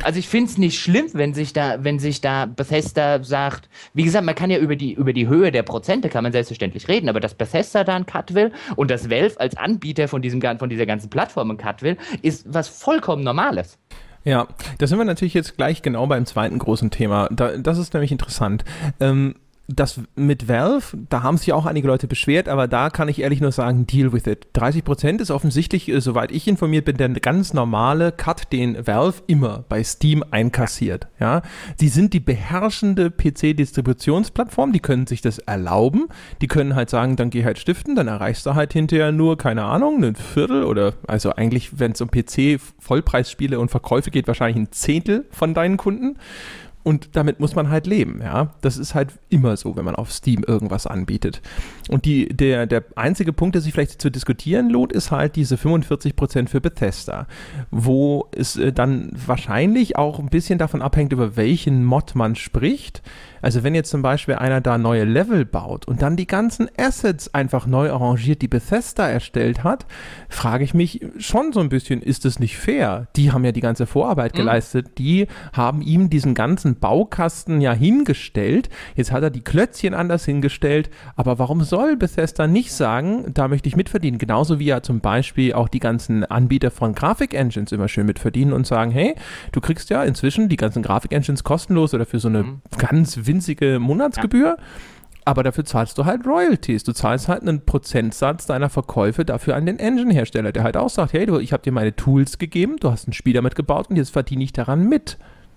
Also ich finde es nicht schlimm, wenn sich da, wenn sich da Bethesda sagt, wie gesagt, man kann ja über die, über die Höhe der Prozente kann man selbstverständlich reden, aber dass Bethesda da einen Cut will und dass Valve als Anbieter von diesem, von dieser ganzen Plattform einen Cut will, ist was vollkommen Normales. Ja, da sind wir natürlich jetzt gleich genau beim zweiten großen Thema. Da, das ist nämlich interessant. Ähm, Das mit Valve, da haben sich auch einige Leute beschwert, aber da kann ich ehrlich nur sagen, deal with it. dreißig Prozent ist offensichtlich, äh, soweit ich informiert bin, der ganz normale Cut, den Valve immer bei Steam einkassiert. Ja, die sind die beherrschende P C-Distributionsplattform, die können sich das erlauben. Die können halt sagen, dann geh halt stiften, dann erreichst du halt hinterher nur, keine Ahnung, ein Viertel oder, also eigentlich, wenn es um P C-Vollpreisspiele und Verkäufe geht, wahrscheinlich ein Zehntel von deinen Kunden. Und damit muss man halt leben, ja. Das ist halt immer so, wenn man auf Steam irgendwas anbietet. Und die, der, der einzige Punkt, der sich vielleicht zu diskutieren lohnt, ist halt diese fünfundvierzig Prozent für Bethesda, wo es äh, dann wahrscheinlich auch ein bisschen davon abhängt, über welchen Mod man spricht. Also wenn jetzt zum Beispiel einer da neue Level baut und dann die ganzen Assets einfach neu arrangiert, die Bethesda erstellt hat, frage ich mich schon so ein bisschen, ist das nicht fair? Die haben ja die ganze Vorarbeit mhm. geleistet, die haben ihm diesen ganzen Baukasten ja hingestellt, jetzt hat er die Klötzchen anders hingestellt, aber warum soll Bethesda nicht sagen, da möchte ich mitverdienen, genauso wie ja zum Beispiel auch die ganzen Anbieter von Grafik-Engines immer schön mitverdienen und sagen, hey, du kriegst ja inzwischen die ganzen Grafik-Engines kostenlos oder für so eine mhm. ganz winzige Monatsgebühr, ja. aber dafür zahlst du halt Royalties. Du zahlst halt einen Prozentsatz deiner Verkäufe dafür an den Engine-Hersteller, der halt auch sagt, hey, du, ich habe dir meine Tools gegeben, du hast ein Spiel damit gebaut und jetzt verdiene ich daran mit.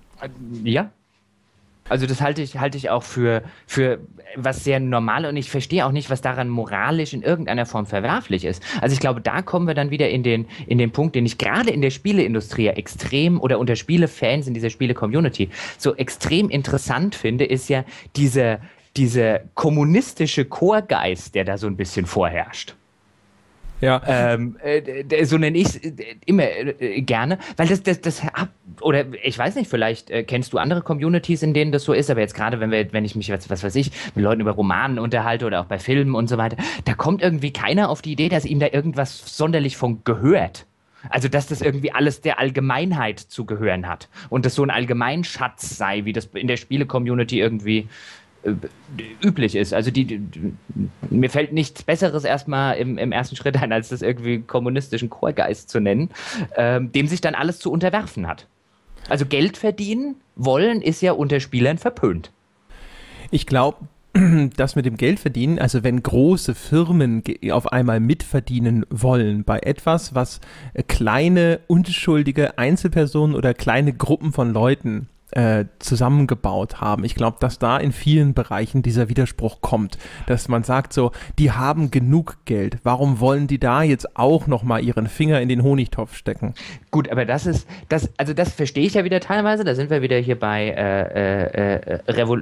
Ja. Also das halte ich, halte ich auch für, für was sehr normal und ich verstehe auch nicht, was daran moralisch in irgendeiner Form verwerflich ist. Also ich glaube, da kommen wir dann wieder in den, in den Punkt, den ich gerade in der Spieleindustrie extrem oder unter Spielefans in dieser Spiele-Community so extrem interessant finde, ist ja diese, diese kommunistische Chorgeist, der da so ein bisschen vorherrscht. Ja. Ähm, äh, so nenne ich es äh, immer äh, gerne, weil das, das, das hab, oder ich weiß nicht, vielleicht äh, kennst du andere Communities, in denen das so ist, aber jetzt gerade, wenn wir, wenn ich mich, was, was weiß ich, mit Leuten über Romanen unterhalte oder auch bei Filmen und so weiter, da kommt irgendwie keiner auf die Idee, dass ihm da irgendwas sonderlich von gehört. Also, dass das irgendwie alles der Allgemeinheit zu gehören hat und das so ein Allgemeinschatz sei, wie das in der Spiele-Community irgendwie üblich ist. Also die, die, mir fällt nichts Besseres erstmal im, im ersten Schritt ein, als das irgendwie kommunistischen Chorgeist zu nennen, ähm, dem sich dann alles zu unterwerfen hat. Also Geld verdienen wollen ist ja unter Spielern verpönt. Ich glaube, das mit dem Geldverdienen, also wenn große Firmen auf einmal mitverdienen wollen bei etwas, was kleine, unschuldige Einzelpersonen oder kleine Gruppen von Leuten Äh, zusammengebaut haben. Ich glaube, dass da in vielen Bereichen dieser Widerspruch kommt, dass man sagt so, die haben genug Geld, warum wollen die da jetzt auch nochmal ihren Finger in den Honigtopf stecken? Gut, aber das ist, das, also das verstehe ich ja wieder teilweise, da sind wir wieder hier bei äh, äh, Revo-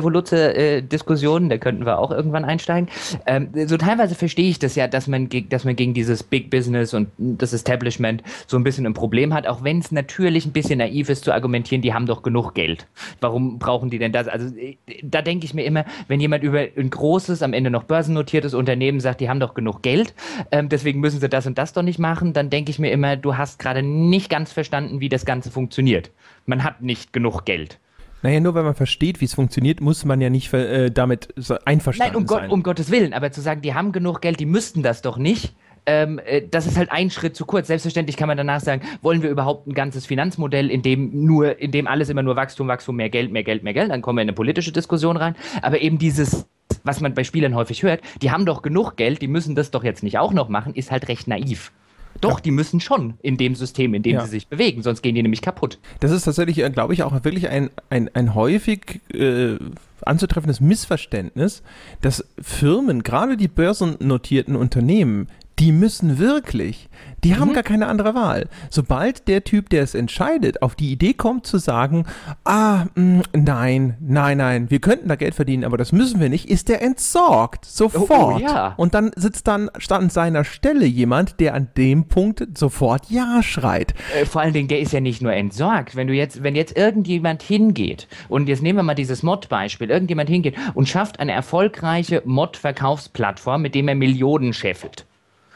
Links-Revolute-Diskussionen, da könnten wir auch irgendwann einsteigen. Ähm, so teilweise verstehe ich das ja, dass man, ge- dass man gegen dieses Big Business und das Establishment so ein bisschen ein Problem hat, auch wenn es natürlich ein bisschen naiv ist zu argumentieren, die haben doch genug Geld. Warum brauchen die denn das? Also da denke ich mir immer, wenn jemand über ein großes, am Ende noch börsennotiertes Unternehmen sagt, die haben doch genug Geld, ähm, deswegen müssen sie das und das doch nicht machen, dann denke ich mir immer, du hast gerade nicht ganz verstanden, wie das Ganze funktioniert. Man hat nicht genug Geld. Naja, nur weil man versteht, wie es funktioniert, muss man ja nicht äh, damit einverstanden Nein, um sein. Gott, um Gottes Willen, aber zu sagen, die haben genug Geld, die müssten das doch nicht, Ähm, das ist halt ein Schritt zu kurz. Selbstverständlich kann man danach sagen, wollen wir überhaupt ein ganzes Finanzmodell, in dem nur, in dem alles immer nur Wachstum, Wachstum, mehr Geld, mehr Geld, mehr Geld, dann kommen wir in eine politische Diskussion rein. Aber eben dieses, was man bei Spielern häufig hört, die haben doch genug Geld, die müssen das doch jetzt nicht auch noch machen, ist halt recht naiv. Doch, ja. Die müssen schon in dem System, in dem ja. sie sich bewegen, sonst gehen die nämlich kaputt. Das ist tatsächlich, glaube ich, auch wirklich ein, ein, ein häufig äh, anzutreffendes Missverständnis, dass Firmen, gerade die börsennotierten Unternehmen, die müssen wirklich, die mhm. haben gar keine andere Wahl. Sobald der Typ, der es entscheidet, auf die Idee kommt zu sagen, ah, mh, nein, nein, nein, wir könnten da Geld verdienen, aber das müssen wir nicht, ist der entsorgt. Sofort. Oh, oh, ja. Und dann sitzt dann an seiner Stelle jemand, der an dem Punkt sofort Ja schreit. Äh, vor allen Dingen, der ist ja nicht nur entsorgt. Wenn du jetzt, wenn jetzt irgendjemand hingeht, und jetzt nehmen wir mal dieses Mod-Beispiel, irgendjemand hingeht und schafft eine erfolgreiche Mod-Verkaufsplattform, mit dem er Millionen scheffelt.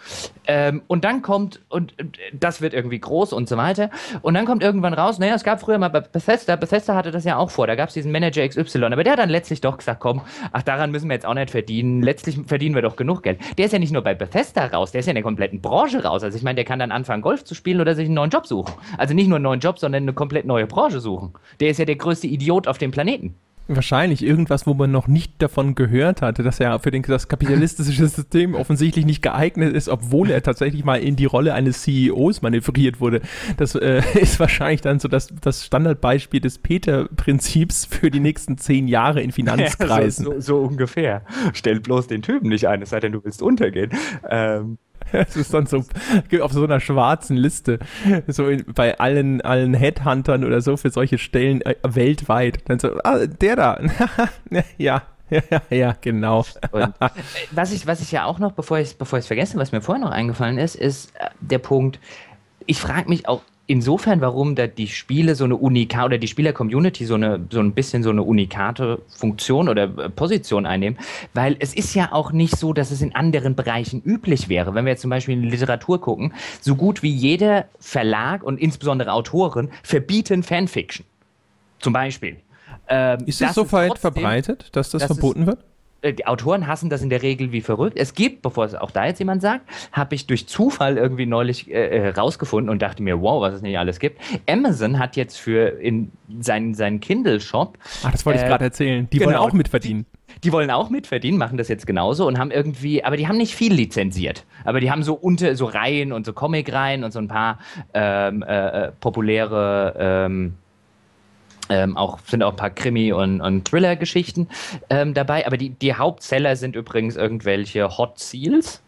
Ähm, und dann kommt, und äh, das wird irgendwie groß und so weiter. Und dann kommt irgendwann raus, naja, es gab früher mal bei Bethesda, Bethesda hatte das ja auch vor, da gab es diesen Manager X Y, aber der hat dann letztlich doch gesagt, komm, ach, daran müssen wir jetzt auch nicht verdienen, letztlich verdienen wir doch genug Geld. Der ist ja nicht nur bei Bethesda raus, der ist ja in der kompletten Branche raus. Also ich meine, der kann dann anfangen, Golf zu spielen oder sich einen neuen Job suchen. Also nicht nur einen neuen Job, sondern eine komplett neue Branche suchen. Der ist ja der größte Idiot auf dem Planeten. Wahrscheinlich irgendwas, wo man noch nicht davon gehört hatte, dass er für den, das kapitalistische System offensichtlich nicht geeignet ist, obwohl er tatsächlich mal in die Rolle eines C E Os manövriert wurde. Das äh, ist wahrscheinlich dann so das, das Standardbeispiel des Peter-Prinzips für die nächsten zehn Jahre in Finanzkreisen. Ja, so, so, so ungefähr. Stell bloß den Typen nicht ein, es sei denn, du willst untergehen. Ähm... Es ist dann so auf so einer schwarzen Liste, so in, bei allen, allen Headhuntern oder so für solche Stellen äh, weltweit. Dann so, ah, der da. ja, ja, ja, genau. Und was ich, was ich ja auch noch, bevor ich bevor ich es vergesse, was mir vorher noch eingefallen ist, ist äh, der Punkt, ich frage mich auch insofern, warum da die Spiele so eine unikate oder die Spieler-Community so eine so ein bisschen so eine unikate Funktion oder äh, Position einnehmen, weil es ist ja auch nicht so, dass es in anderen Bereichen üblich wäre. Wenn wir jetzt zum Beispiel in die Literatur gucken, so gut wie jeder Verlag und insbesondere Autoren verbieten Fanfiction. Zum Beispiel. Ähm, ist es so weit verbreitet, dass das verboten wird? Die Autoren hassen das in der Regel wie verrückt. Es gibt, bevor es auch da jetzt jemand sagt, habe ich durch Zufall irgendwie neulich äh, rausgefunden und dachte mir, wow, was es nicht alles gibt. Amazon hat jetzt für in seinen, seinen Kindle-Shop... Ach, das wollte äh, ich gerade erzählen. Die genau, wollen auch mitverdienen. Die, die wollen auch mitverdienen, machen das jetzt genauso und haben irgendwie, aber die haben nicht viel lizenziert. Aber die haben so unter, so Reihen und so Comic-Reihen und so ein paar ähm, äh, populäre... Ähm, Ähm, auch, sind auch ein paar Krimi- und, und Thriller-Geschichten ähm, dabei, aber die, die Hauptseller sind übrigens irgendwelche Hot Seals,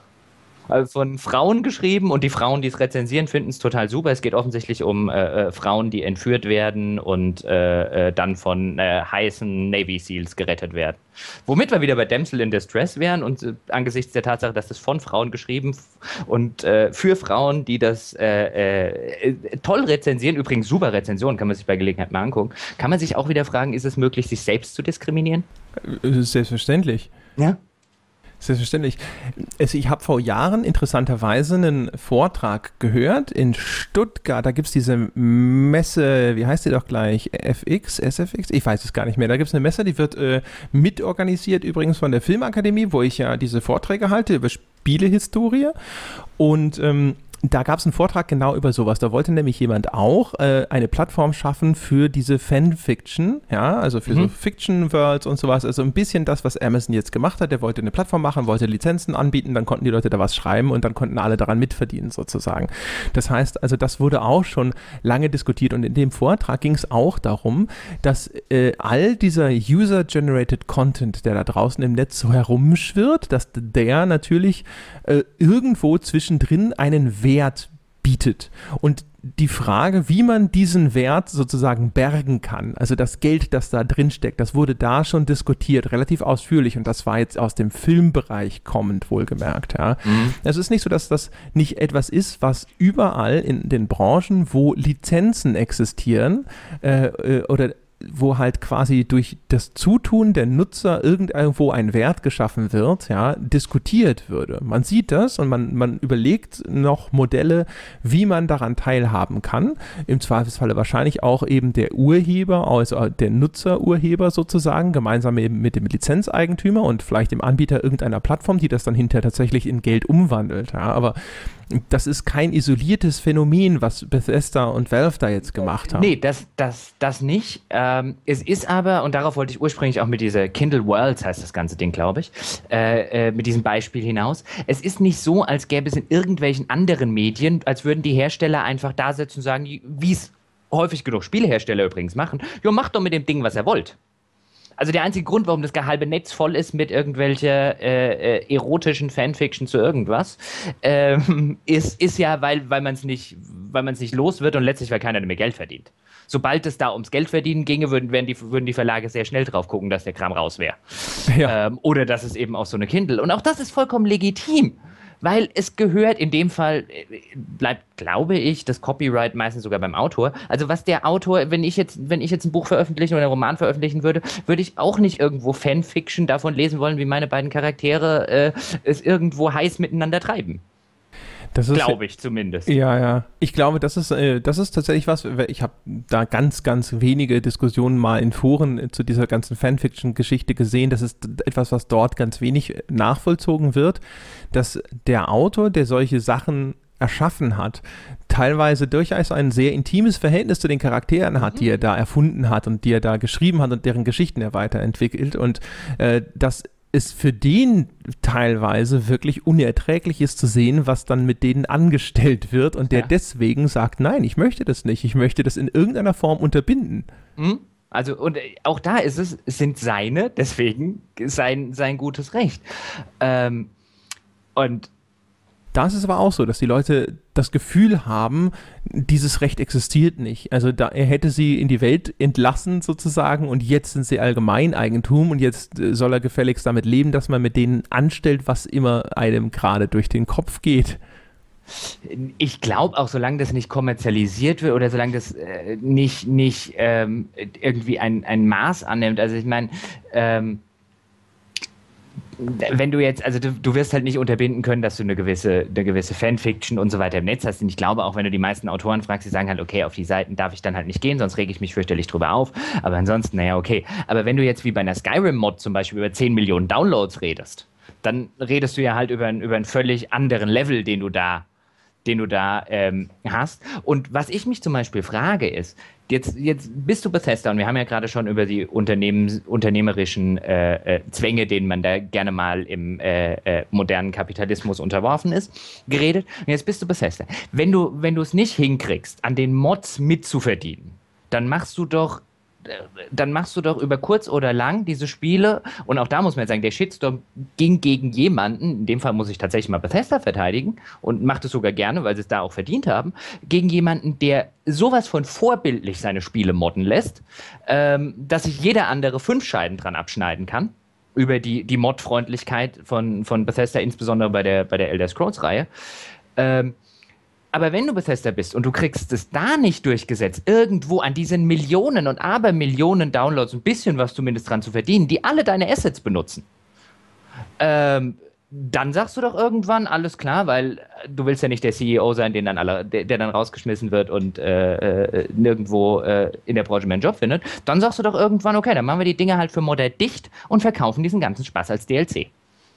also von Frauen geschrieben und die Frauen, die es rezensieren, finden es total super. Es geht offensichtlich um äh, Frauen, die entführt werden und äh, äh, dann von äh, heißen Navy Seals gerettet werden. Womit wir wieder bei Damsel in Distress wären und äh, angesichts der Tatsache, dass das von Frauen geschrieben und äh, für Frauen, die das äh, äh, toll rezensieren, übrigens super Rezensionen, kann man sich bei Gelegenheit mal angucken, kann man sich auch wieder fragen, ist es möglich, sich selbst zu diskriminieren? Selbstverständlich. Ja. Selbstverständlich. Also ich habe vor Jahren interessanterweise einen Vortrag gehört in Stuttgart. Da gibt es diese Messe, wie heißt die doch gleich? F X, S F X? Ich weiß es gar nicht mehr. Da gibt es eine Messe, die wird äh, mitorganisiert übrigens von der Filmakademie, wo ich ja diese Vorträge halte über Spielehistorie. Und ähm, da gab es einen Vortrag genau über sowas. Da wollte nämlich jemand auch äh, eine Plattform schaffen für diese Fanfiction, ja, also für mhm. so Fiction-Worlds und sowas. Also ein bisschen das, was Amazon jetzt gemacht hat. Der wollte eine Plattform machen, wollte Lizenzen anbieten, dann konnten die Leute da was schreiben und dann konnten alle daran mitverdienen sozusagen. Das heißt, also das wurde auch schon lange diskutiert und in dem Vortrag ging es auch darum, dass äh, all dieser User-Generated Content, der da draußen im Netz so herumschwirrt, dass der natürlich äh, irgendwo zwischendrin einen Wert bietet. Und die Frage, wie man diesen Wert sozusagen bergen kann, also das Geld, das da drin steckt, das wurde da schon diskutiert, relativ ausführlich und das war jetzt aus dem Filmbereich kommend, wohlgemerkt. Ja. Mhm. Es ist nicht so, dass das nicht etwas ist, was überall in den Branchen, wo Lizenzen existieren äh, oder wo halt quasi durch das Zutun der Nutzer irgendwo ein Wert geschaffen wird, ja, diskutiert würde. Man sieht das und man, man überlegt noch Modelle, wie man daran teilhaben kann. Im Zweifelsfalle wahrscheinlich auch eben der Urheber, also der Nutzerurheber sozusagen, gemeinsam eben mit dem Lizenzeigentümer und vielleicht dem Anbieter irgendeiner Plattform, die das dann hinterher tatsächlich in Geld umwandelt. Ja, aber das ist kein isoliertes Phänomen, was Bethesda und Valve da jetzt gemacht haben. Nee, das, das, das nicht. Ähm, es ist aber, und darauf wollte ich ursprünglich auch mit dieser Kindle Worlds, heißt das ganze Ding, glaube ich, äh, äh, mit diesem Beispiel hinaus. Es ist nicht so, als gäbe es in irgendwelchen anderen Medien, als würden die Hersteller einfach da sitzen und sagen, wie es häufig genug Spielehersteller übrigens machen, jo, macht doch mit dem Ding, was ihr wollt. Also der einzige Grund, warum das halbe Netz voll ist mit irgendwelche äh, äh, erotischen Fanfiction zu irgendwas, ähm, ist, ist ja, weil, weil man es nicht, weil man es nicht los wird und letztlich, weil keiner mehr Geld verdient. Sobald es da ums Geldverdienen ginge, würden, würden, die, würden die Verlage sehr schnell drauf gucken, dass der Kram raus wäre. Ja. Ähm, oder dass es eben auch so eine Kindle. Und auch das ist vollkommen legitim. Weil es gehört, in dem Fall bleibt, glaube ich, das Copyright meistens sogar beim Autor. Also was der Autor, wenn ich jetzt, wenn ich jetzt ein Buch veröffentlichen oder einen Roman veröffentlichen würde, würde ich auch nicht irgendwo Fanfiction davon lesen wollen, wie meine beiden Charaktere äh, es irgendwo heiß miteinander treiben. Glaube ich zumindest. Ja, ja. Ich glaube, das ist, äh, das ist tatsächlich was, ich habe da ganz, ganz wenige Diskussionen mal in Foren zu dieser ganzen Fanfiction-Geschichte gesehen. Das ist etwas, was dort ganz wenig nachvollzogen wird, dass der Autor, der solche Sachen erschaffen hat, teilweise durchaus ein sehr intimes Verhältnis zu den Charakteren hat, mhm. die er da erfunden hat und die er da geschrieben hat und deren Geschichten er weiterentwickelt. Und äh, das ist für den teilweise wirklich unerträglich ist zu sehen, was dann mit denen angestellt wird und der ja. deswegen sagt, nein, ich möchte das nicht, ich möchte das in irgendeiner Form unterbinden. Mhm. Also und auch da ist es, es sind seine, deswegen sein, sein gutes Recht. Ähm, und Da ist es aber auch so, dass die Leute das Gefühl haben, dieses Recht existiert nicht. Also da, er hätte sie in die Welt entlassen sozusagen und jetzt sind sie Allgemeineigentum und jetzt äh, soll er gefälligst damit leben, dass man mit denen anstellt, was immer einem gerade durch den Kopf geht. Ich glaube auch, solange das nicht kommerzialisiert wird oder solange das äh, nicht, nicht ähm, irgendwie ein, ein Maß annimmt. Also ich meine, ähm, wenn du jetzt, also du, du wirst halt nicht unterbinden können, dass du eine gewisse, eine gewisse Fanfiction und so weiter im Netz hast. Und ich glaube auch, wenn du die meisten Autoren fragst, die sagen halt, okay, auf die Seiten darf ich dann halt nicht gehen, sonst rege ich mich fürchterlich drüber auf. Aber ansonsten, naja, okay. Aber wenn du jetzt wie bei einer Skyrim-Mod zum Beispiel über zehn Millionen Downloads redest, dann redest du ja halt über, über einen völlig anderen Level, den du da den du da ähm, hast. Und was ich mich zum Beispiel frage ist, jetzt, jetzt bist du Bethesda und wir haben ja gerade schon über die Unternehmen, unternehmerischen äh, äh, Zwänge, denen man da gerne mal im äh, äh, modernen Kapitalismus unterworfen ist, geredet. Und jetzt bist du Bethesda. Wenn du, wenn du es nicht hinkriegst, an den Mods mitzuverdienen, dann machst du doch dann machst du doch über kurz oder lang diese Spiele, und auch da muss man jetzt sagen, der Shitstorm ging gegen jemanden, in dem Fall muss ich tatsächlich mal Bethesda verteidigen und macht es sogar gerne, weil sie es da auch verdient haben, gegen jemanden, der sowas von vorbildlich seine Spiele modden lässt, ähm, dass sich jeder andere fünf Scheiben dran abschneiden kann, über die, die Mod-Freundlichkeit von, von Bethesda, insbesondere bei der, bei der Elder Scrolls-Reihe. Ähm, Aber wenn du Bethesda bist und du kriegst es da nicht durchgesetzt, irgendwo an diesen Millionen und Abermillionen Downloads ein bisschen was zumindest dran zu verdienen, die alle deine Assets benutzen, ähm, dann sagst du doch irgendwann, alles klar, weil du willst ja nicht der C E O sein, den dann alle, der, der dann rausgeschmissen wird und äh, äh, nirgendwo äh, in der Branche mehr einen Job findet. Dann sagst du doch irgendwann, okay, dann machen wir die Dinge halt für Modder dicht und verkaufen diesen ganzen Spaß als D L C.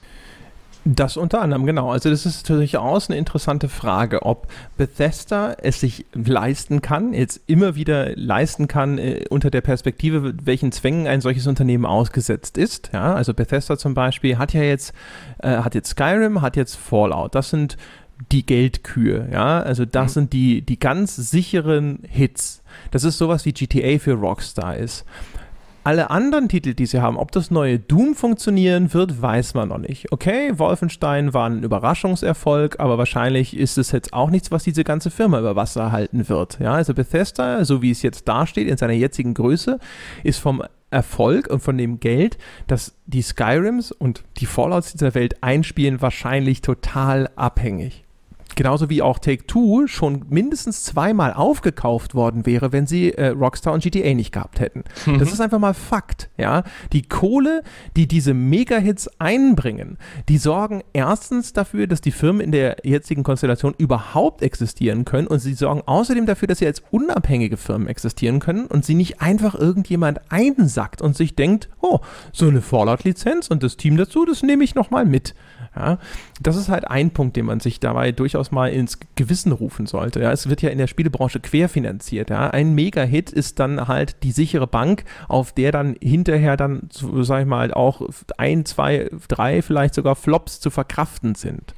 Das unter anderem, genau. Also das ist durchaus eine interessante Frage, ob Bethesda es sich leisten kann, jetzt immer wieder leisten kann, äh, unter der Perspektive, welchen Zwängen ein solches Unternehmen ausgesetzt ist. Ja, also Bethesda zum Beispiel hat ja jetzt, äh, hat jetzt Skyrim, hat jetzt Fallout. Das sind die Geldkühe, ja, also das mhm. sind die, die ganz sicheren Hits. Das ist sowas wie G T A für Rockstar ist. Alle anderen Titel, die sie haben, ob das neue Doom funktionieren wird, weiß man noch nicht. Okay, Wolfenstein war ein Überraschungserfolg, aber wahrscheinlich ist es jetzt auch nichts, was diese ganze Firma über Wasser halten wird. Ja, also Bethesda, so wie es jetzt dasteht, in seiner jetzigen Größe, ist vom Erfolg und von dem Geld, das die Skyrims und die Fallouts dieser Welt einspielen, wahrscheinlich total abhängig. Genauso wie auch Take-Two schon mindestens zweimal aufgekauft worden wäre, wenn sie äh, Rockstar und G T A nicht gehabt hätten. Mhm. Das ist einfach mal Fakt, ja. Die Kohle, die diese Mega-Hits einbringen, die sorgen erstens dafür, dass die Firmen in der jetzigen Konstellation überhaupt existieren können, und sie sorgen außerdem dafür, dass sie als unabhängige Firmen existieren können und sie nicht einfach irgendjemand einsackt und sich denkt, oh, so eine Fallout-Lizenz und das Team dazu, das nehme ich nochmal mit. Ja, das ist halt ein Punkt, den man sich dabei durchaus mal ins Gewissen rufen sollte. Ja, es wird ja in der Spielebranche querfinanziert. Ja. Ein Mega-Hit ist dann halt die sichere Bank, auf der dann hinterher dann, sag ich mal, auch ein, zwei, drei, vielleicht sogar Flops zu verkraften sind.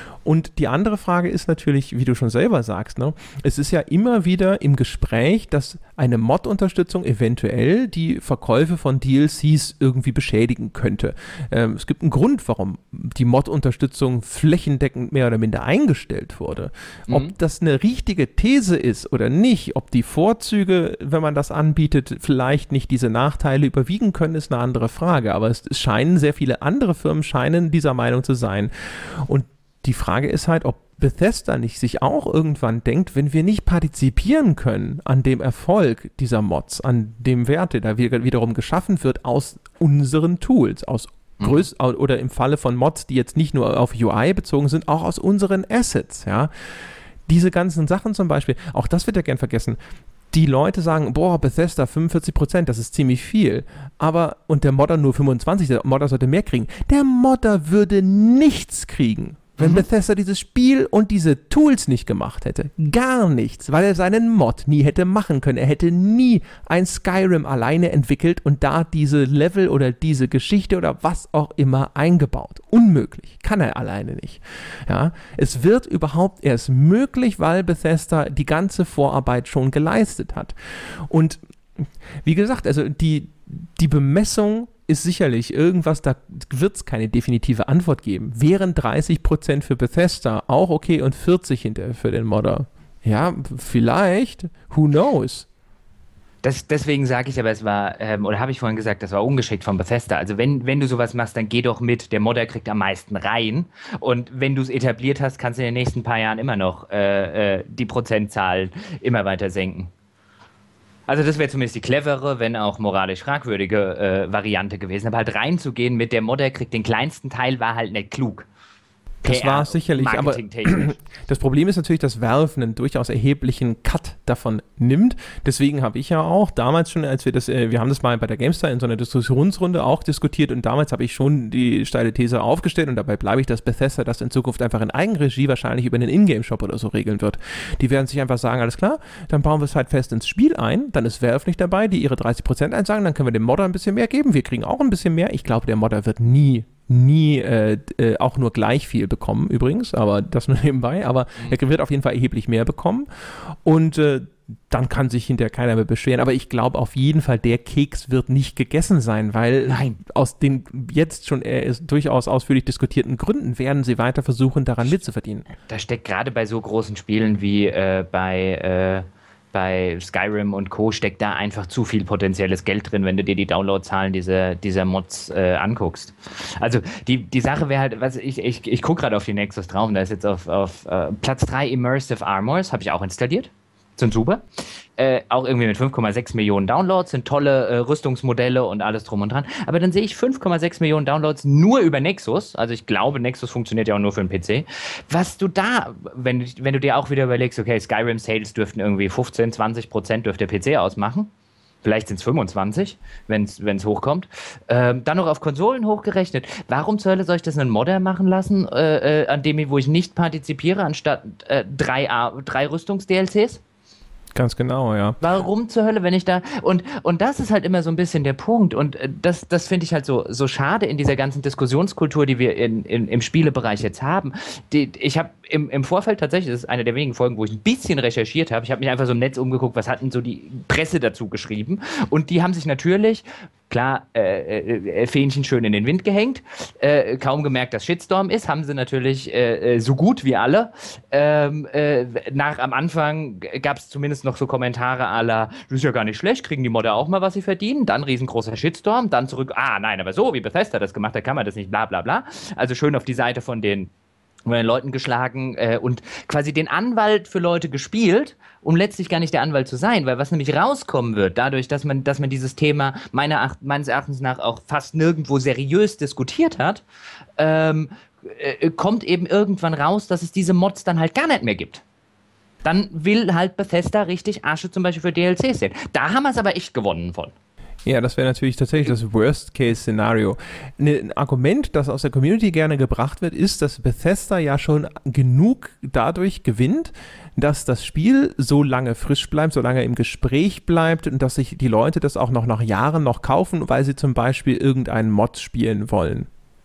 Und die andere Frage ist natürlich, wie du schon selber sagst, ne, es ist ja immer wieder im Gespräch, dass eine Mod-Unterstützung eventuell die Verkäufe von D L Cs irgendwie beschädigen könnte. Ähm, es gibt einen Grund, warum die Mod-Unterstützung flächendeckend mehr oder minder eingestellt wurde. Mhm. Ob das eine richtige These ist oder nicht, ob die Vorzüge, wenn man das anbietet, vielleicht nicht diese Nachteile überwiegen können, ist eine andere Frage. Aber es, es scheinen, sehr viele andere Firmen scheinen dieser Meinung zu sein. Und die Frage ist halt, ob Bethesda nicht sich auch irgendwann denkt, wenn wir nicht partizipieren können an dem Erfolg dieser Mods, an dem Wert, der da wiederum geschaffen wird aus unseren Tools, aus Größ- mhm. oder im Falle von Mods, die jetzt nicht nur auf U I bezogen sind, auch aus unseren Assets, ja. Diese ganzen Sachen zum Beispiel, auch das wird ja gern vergessen. Die Leute sagen, boah, Bethesda fünfundvierzig Prozent, das ist ziemlich viel. Aber, und der Modder nur fünfundzwanzig, der Modder sollte mehr kriegen. Der Modder würde nichts kriegen, wenn mhm. Bethesda dieses Spiel und diese Tools nicht gemacht hätte. Gar nichts, weil er seinen Mod nie hätte machen können. Er hätte nie ein Skyrim alleine entwickelt und da diese Level oder diese Geschichte oder was auch immer eingebaut. Unmöglich. Kann er alleine nicht. Ja, es wird überhaupt erst möglich, weil Bethesda die ganze Vorarbeit schon geleistet hat. Und wie gesagt, also die, die Bemessung ist sicherlich irgendwas, da wird es keine definitive Antwort geben. Wären dreißig Prozent für Bethesda auch okay und vierzig hinterher für den Modder? Ja, vielleicht. Who knows? Das, deswegen sage ich aber, es war, ähm, oder habe ich vorhin gesagt, das war ungeschickt von Bethesda. Also wenn, wenn du sowas machst, dann geh doch mit, der Modder kriegt am meisten rein. Und wenn du es etabliert hast, kannst du in den nächsten paar Jahren immer noch äh, äh, die Prozentzahlen immer weiter senken. Also das wäre zumindest die clevere, wenn auch moralisch fragwürdige äh, Variante gewesen. Aber halt reinzugehen mit der Modder kriegt den kleinsten Teil, war halt nicht klug. Das war es sicherlich, aber das Problem ist natürlich, dass Valve einen durchaus erheblichen Cut davon nimmt. Deswegen habe ich ja auch damals schon, als wir das, äh, wir haben das mal bei der GameStar in so einer Diskussionsrunde auch diskutiert und damals habe ich schon die steile These aufgestellt und dabei bleibe ich, dass Bethesda das in Zukunft einfach in Eigenregie wahrscheinlich über einen Ingame-Shop oder so regeln wird. Die werden sich einfach sagen, alles klar, dann bauen wir es halt fest ins Spiel ein, dann ist Valve nicht dabei, die ihre dreißig Prozent einsagen, dann können wir dem Modder ein bisschen mehr geben, wir kriegen auch ein bisschen mehr. Ich glaube, der Modder wird nie nie äh, äh, auch nur gleich viel bekommen übrigens, aber das nur nebenbei, aber mhm. er wird auf jeden Fall erheblich mehr bekommen und äh, dann kann sich hinterher keiner mehr beschweren, aber ich glaube auf jeden Fall, der Keks wird nicht gegessen sein, weil Nein. aus den jetzt schon äh, durchaus ausführlich diskutierten Gründen werden sie weiter versuchen, daran mitzuverdienen. Da steckt gerade bei so großen Spielen wie äh, bei äh bei Skyrim und Co. steckt da einfach zu viel potenzielles Geld drin, wenn du dir die Downloadzahlen dieser, dieser Mods äh, anguckst. Also die, die Sache wäre halt, was ich, ich, ich gucke gerade auf die Nexus drauf und da ist jetzt auf, auf uh, Platz drei Immersive Armors, habe ich auch installiert. Sind super. Äh, auch irgendwie mit fünf Komma sechs Millionen Downloads, sind tolle äh, Rüstungsmodelle und alles drum und dran. Aber dann sehe ich fünf Komma sechs Millionen Downloads nur über Nexus. Also ich glaube, Nexus funktioniert ja auch nur für den P C. Was du da, wenn, wenn du dir auch wieder überlegst, okay, Skyrim Sales dürften irgendwie fünfzehn, zwanzig Prozent dürfte der P C ausmachen. Vielleicht sind es fünfundzwanzig, wenn es hochkommt. Ähm, dann noch auf Konsolen hochgerechnet. Warum zur Hölle soll ich das einen Modder machen lassen, äh, äh, an dem, wo ich nicht partizipiere, anstatt äh, drei, drei Rüstungs-D L Cs? Ganz genau, ja. Warum zur Hölle, wenn ich da... Und, und das ist halt immer so ein bisschen der Punkt. Und das, das finde ich halt so, so schade in dieser ganzen Diskussionskultur, die wir in, in, im Spielebereich jetzt haben. Die, ich habe im, im Vorfeld tatsächlich, das ist eine der wenigen Folgen, wo ich ein bisschen recherchiert habe. Ich habe mich einfach so im Netz umgeguckt, was hat denn so die Presse dazu geschrieben. Und die haben sich natürlich... Klar, äh, äh, Fähnchen schön in den Wind gehängt, äh, kaum gemerkt, dass Shitstorm ist, haben sie natürlich äh, so gut wie alle. Ähm, äh, nach am Anfang gab es zumindest noch so Kommentare à la, das ist ja gar nicht schlecht, kriegen die Modder auch mal, was sie verdienen, dann riesengroßer Shitstorm, dann zurück, ah nein, aber so, wie Bethesda das gemacht hat, kann man das nicht, bla bla bla. Also schön auf die Seite von den von den Leuten geschlagen äh, und quasi den Anwalt für Leute gespielt, um letztlich gar nicht der Anwalt zu sein, weil was nämlich rauskommen wird, dadurch, dass man, dass man dieses Thema meiner Ach- meines Erachtens nach auch fast nirgendwo seriös diskutiert hat, ähm, äh, kommt eben irgendwann raus, dass es diese Mods dann halt gar nicht mehr gibt. Dann will halt Bethesda richtig Asche zum Beispiel für D L Cs sehen. Da haben wir es aber echt gewonnen von. Ja, das wäre natürlich tatsächlich das Worst-Case-Szenario. Ein Argument, das aus der Community gerne gebracht wird, ist, dass Bethesda ja schon genug dadurch gewinnt, dass das Spiel so lange frisch bleibt, so lange im Gespräch bleibt und dass sich die Leute das auch noch nach Jahren noch kaufen, weil sie zum Beispiel irgendeinen Mod spielen wollen.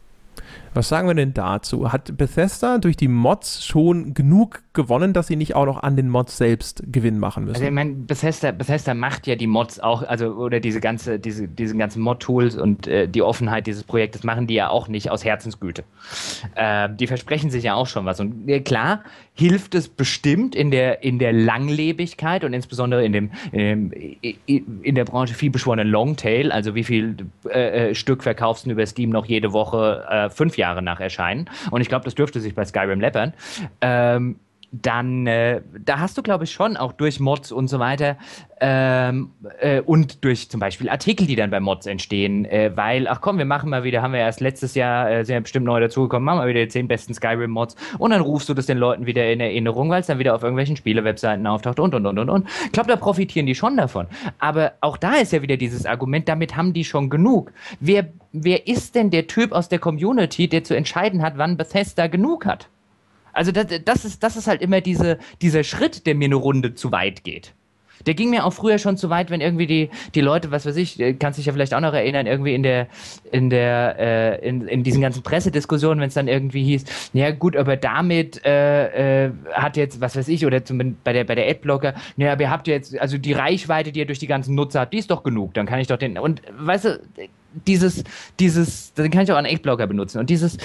Was sagen wir denn dazu? Hat Bethesda durch die Mods schon genug gewonnen, dass sie nicht auch noch an den Mods selbst Gewinn machen müssen? Also ich meine, Bethesda, Bethesda macht ja die Mods auch, also oder diese ganze, diese, diese ganzen Mod-Tools und äh, die Offenheit dieses Projektes machen die ja auch nicht aus Herzensgüte. Äh, die versprechen sich ja auch schon was. Und äh, klar hilft es bestimmt in der, in der Langlebigkeit und insbesondere in dem, in, dem, in der Branche viel beschworenen Longtail, also wie viel äh, Stück verkaufst du über Steam noch jede Woche, äh, fünf Jahre nach Erscheinen. Und ich glaube, das dürfte sich bei Skyrim läppern. Ähm, dann, äh, da hast du, glaube ich, schon auch durch Mods und so weiter ähm, äh, und durch zum Beispiel Artikel, die dann bei Mods entstehen, äh, weil, ach komm, wir machen mal wieder, haben wir erst letztes Jahr, äh, sind ja bestimmt neu dazugekommen, machen wir wieder die zehn besten Skyrim-Mods und dann rufst du das den Leuten wieder in Erinnerung, weil es dann wieder auf irgendwelchen Spiele-Webseiten auftaucht und, und, und, und, und. Ich glaube, da profitieren die schon davon. Aber auch da ist ja wieder dieses Argument, damit haben die schon genug. Wer, wer ist denn der Typ aus der Community, der zu entscheiden hat, wann Bethesda genug hat? Also das, das, ist, das ist halt immer diese, dieser Schritt, der mir eine Runde zu weit geht. Der ging mir auch früher schon zu weit, wenn irgendwie die, die Leute, was weiß ich, kannst dich ja vielleicht auch noch erinnern, irgendwie in der, in der, äh, in, in diesen ganzen Pressediskussionen, wenn es dann irgendwie hieß, ja gut, aber damit äh, äh, hat jetzt, was weiß ich, oder zum, bei der, bei der Adblocker, ja, aber ihr habt jetzt, also die Reichweite, die ihr durch die ganzen Nutzer habt, die ist doch genug, dann kann ich doch den, und weißt du, dieses, dieses, dann kann ich auch einen Adblocker benutzen und dieses,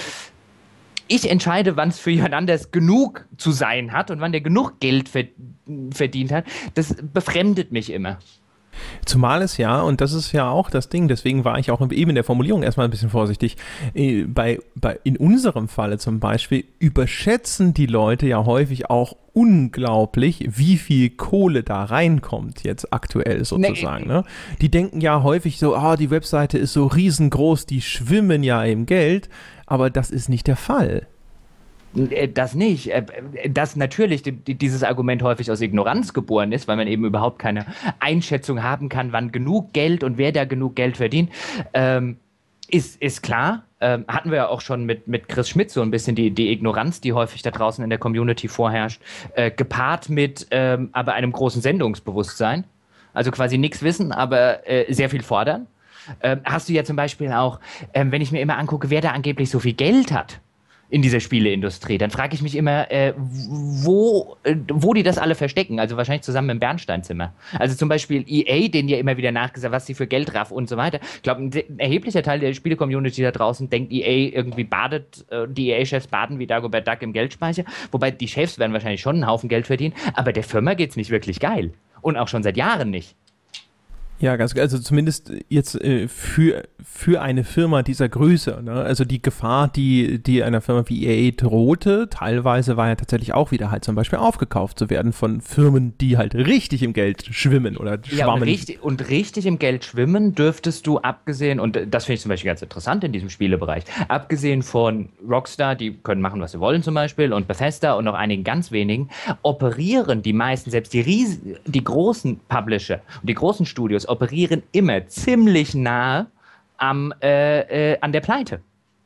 ich entscheide, wann es für jemand anders genug zu sein hat und wann der genug Geld verdient hat, das befremdet mich immer. Zumal es ja, und das ist ja auch das Ding, deswegen war ich auch eben in der Formulierung erstmal ein bisschen vorsichtig, bei, bei, in unserem Falle zum Beispiel überschätzen die Leute ja häufig auch unglaublich, wie viel Kohle da reinkommt jetzt aktuell sozusagen. Nee. Ne? Die denken ja häufig so, ah, die Webseite ist so riesengroß, die schwimmen ja im Geld, aber das ist nicht der Fall. Das nicht. Dass natürlich dieses Argument häufig aus Ignoranz geboren ist, weil man eben überhaupt keine Einschätzung haben kann, wann genug Geld und wer da genug Geld verdient, ähm, ist, ist klar. Ähm, hatten wir ja auch schon mit, mit Chris Schmidt so ein bisschen die, die Ignoranz, die häufig da draußen in der Community vorherrscht, äh, gepaart mit ähm, aber einem großen Sendungsbewusstsein. Also quasi nichts wissen, aber äh, sehr viel fordern. Ähm, hast du ja zum Beispiel auch, ähm, wenn ich mir immer angucke, wer da angeblich so viel Geld hat in dieser Spieleindustrie, dann frage ich mich immer, äh, wo, äh, wo die das alle verstecken. Also wahrscheinlich zusammen im Bernsteinzimmer. Also zum Beispiel E A, denen ja immer wieder nachgesagt, was sie für Geld raffen und so weiter. Ich glaube, ein, ein erheblicher Teil der Spiele-Community da draußen denkt, E A irgendwie badet, äh, die E A-Chefs baden wie Dagobert Duck im Geldspeicher. Wobei die Chefs werden wahrscheinlich schon einen Haufen Geld verdienen, aber der Firma geht's nicht wirklich geil. Und auch schon seit Jahren nicht. Ja, ganz, also zumindest jetzt äh, für, für eine Firma dieser Größe, ne? Also die Gefahr, die, die einer Firma wie E A drohte, teilweise war ja tatsächlich auch wieder halt zum Beispiel aufgekauft zu werden von Firmen, die halt richtig im Geld schwimmen oder schwammen. Ja, und richtig, und richtig im Geld schwimmen dürftest du, abgesehen, und das finde ich zum Beispiel ganz interessant in diesem Spielebereich, abgesehen von Rockstar, die können machen, was sie wollen zum Beispiel, und Bethesda und noch einigen ganz wenigen, operieren die meisten, selbst die, Ries- die großen Publisher und die großen Studios, operieren immer ziemlich nahe am, äh, äh, an der Pleite.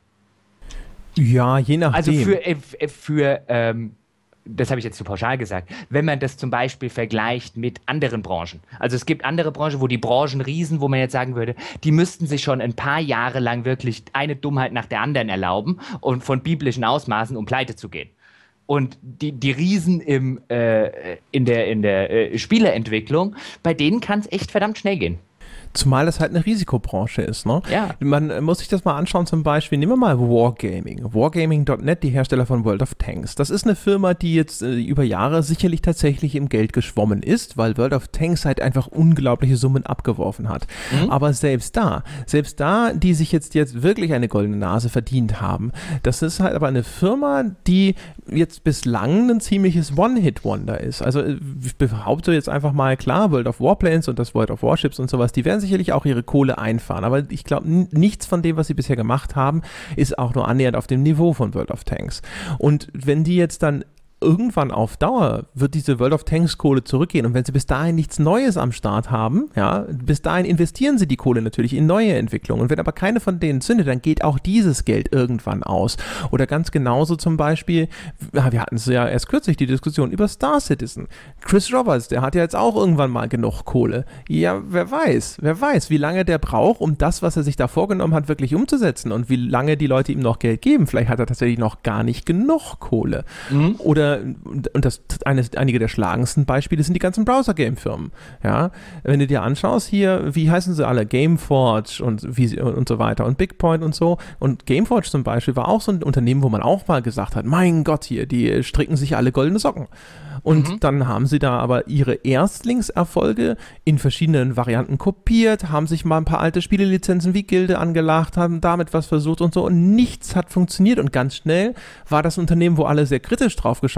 Ja, je nachdem. Also für, äh, für ähm, das habe ich jetzt zu pauschal gesagt, wenn man das zum Beispiel vergleicht mit anderen Branchen. Also es gibt andere Branchen, wo die Branchenriesen, wo man jetzt sagen würde, die müssten sich schon ein paar Jahre lang wirklich eine Dummheit nach der anderen erlauben und von biblischen Ausmaßen, um pleite zu gehen. Und die, die Riesen im, äh, in der, in der äh, Spieleentwicklung, bei denen kann es echt verdammt schnell gehen. Zumal es halt eine Risikobranche ist, ne? Ja. Man muss sich das mal anschauen, zum Beispiel, nehmen wir mal Wargaming. Wargaming Punkt net, die Hersteller von World of Tanks. Das ist eine Firma, die jetzt äh, über Jahre sicherlich tatsächlich im Geld geschwommen ist, weil World of Tanks halt einfach unglaubliche Summen abgeworfen hat. Mhm. Aber selbst da, selbst da, die sich jetzt, jetzt wirklich eine goldene Nase verdient haben, das ist halt aber eine Firma, die jetzt bislang ein ziemliches One-Hit-Wonder ist. Also ich behaupte jetzt einfach mal, klar, World of Warplanes und das World of Warships und sowas, die werden sicherlich auch ihre Kohle einfahren, aber ich glaube, n- nichts von dem, was sie bisher gemacht haben, ist auch nur annähernd auf dem Niveau von World of Tanks. Und wenn die jetzt dann irgendwann auf Dauer wird diese World of Tanks Kohle zurückgehen und wenn sie bis dahin nichts Neues am Start haben, ja, bis dahin investieren sie die Kohle natürlich in neue Entwicklungen und wenn aber keine von denen zündet, dann geht auch dieses Geld irgendwann aus. Oder ganz genauso zum Beispiel, wir hatten es ja erst kürzlich die Diskussion über Star Citizen. Chris Roberts, der hat ja jetzt auch irgendwann mal genug Kohle. Ja, wer weiß, wer weiß, wie lange der braucht, um das, was er sich da vorgenommen hat, wirklich umzusetzen und wie lange die Leute ihm noch Geld geben. Vielleicht hat er tatsächlich noch gar nicht genug Kohle. Mhm. Oder und das eines, einige der schlagendsten Beispiele sind die ganzen Browser-Game-Firmen. Ja, wenn du dir anschaust hier, wie heißen sie alle? Gameforge und, wie, und so weiter und BigPoint und so. Und Gameforge zum Beispiel war auch so ein Unternehmen, wo man auch mal gesagt hat, mein Gott hier, die stricken sich alle goldene Socken. Und mhm. dann haben sie da aber ihre Erstlingserfolge in verschiedenen Varianten kopiert, haben sich mal ein paar alte Spielelizenzen wie Gilde angelacht, haben damit was versucht und so und nichts hat funktioniert und ganz schnell war das Unternehmen, wo alle sehr kritisch drauf geschaut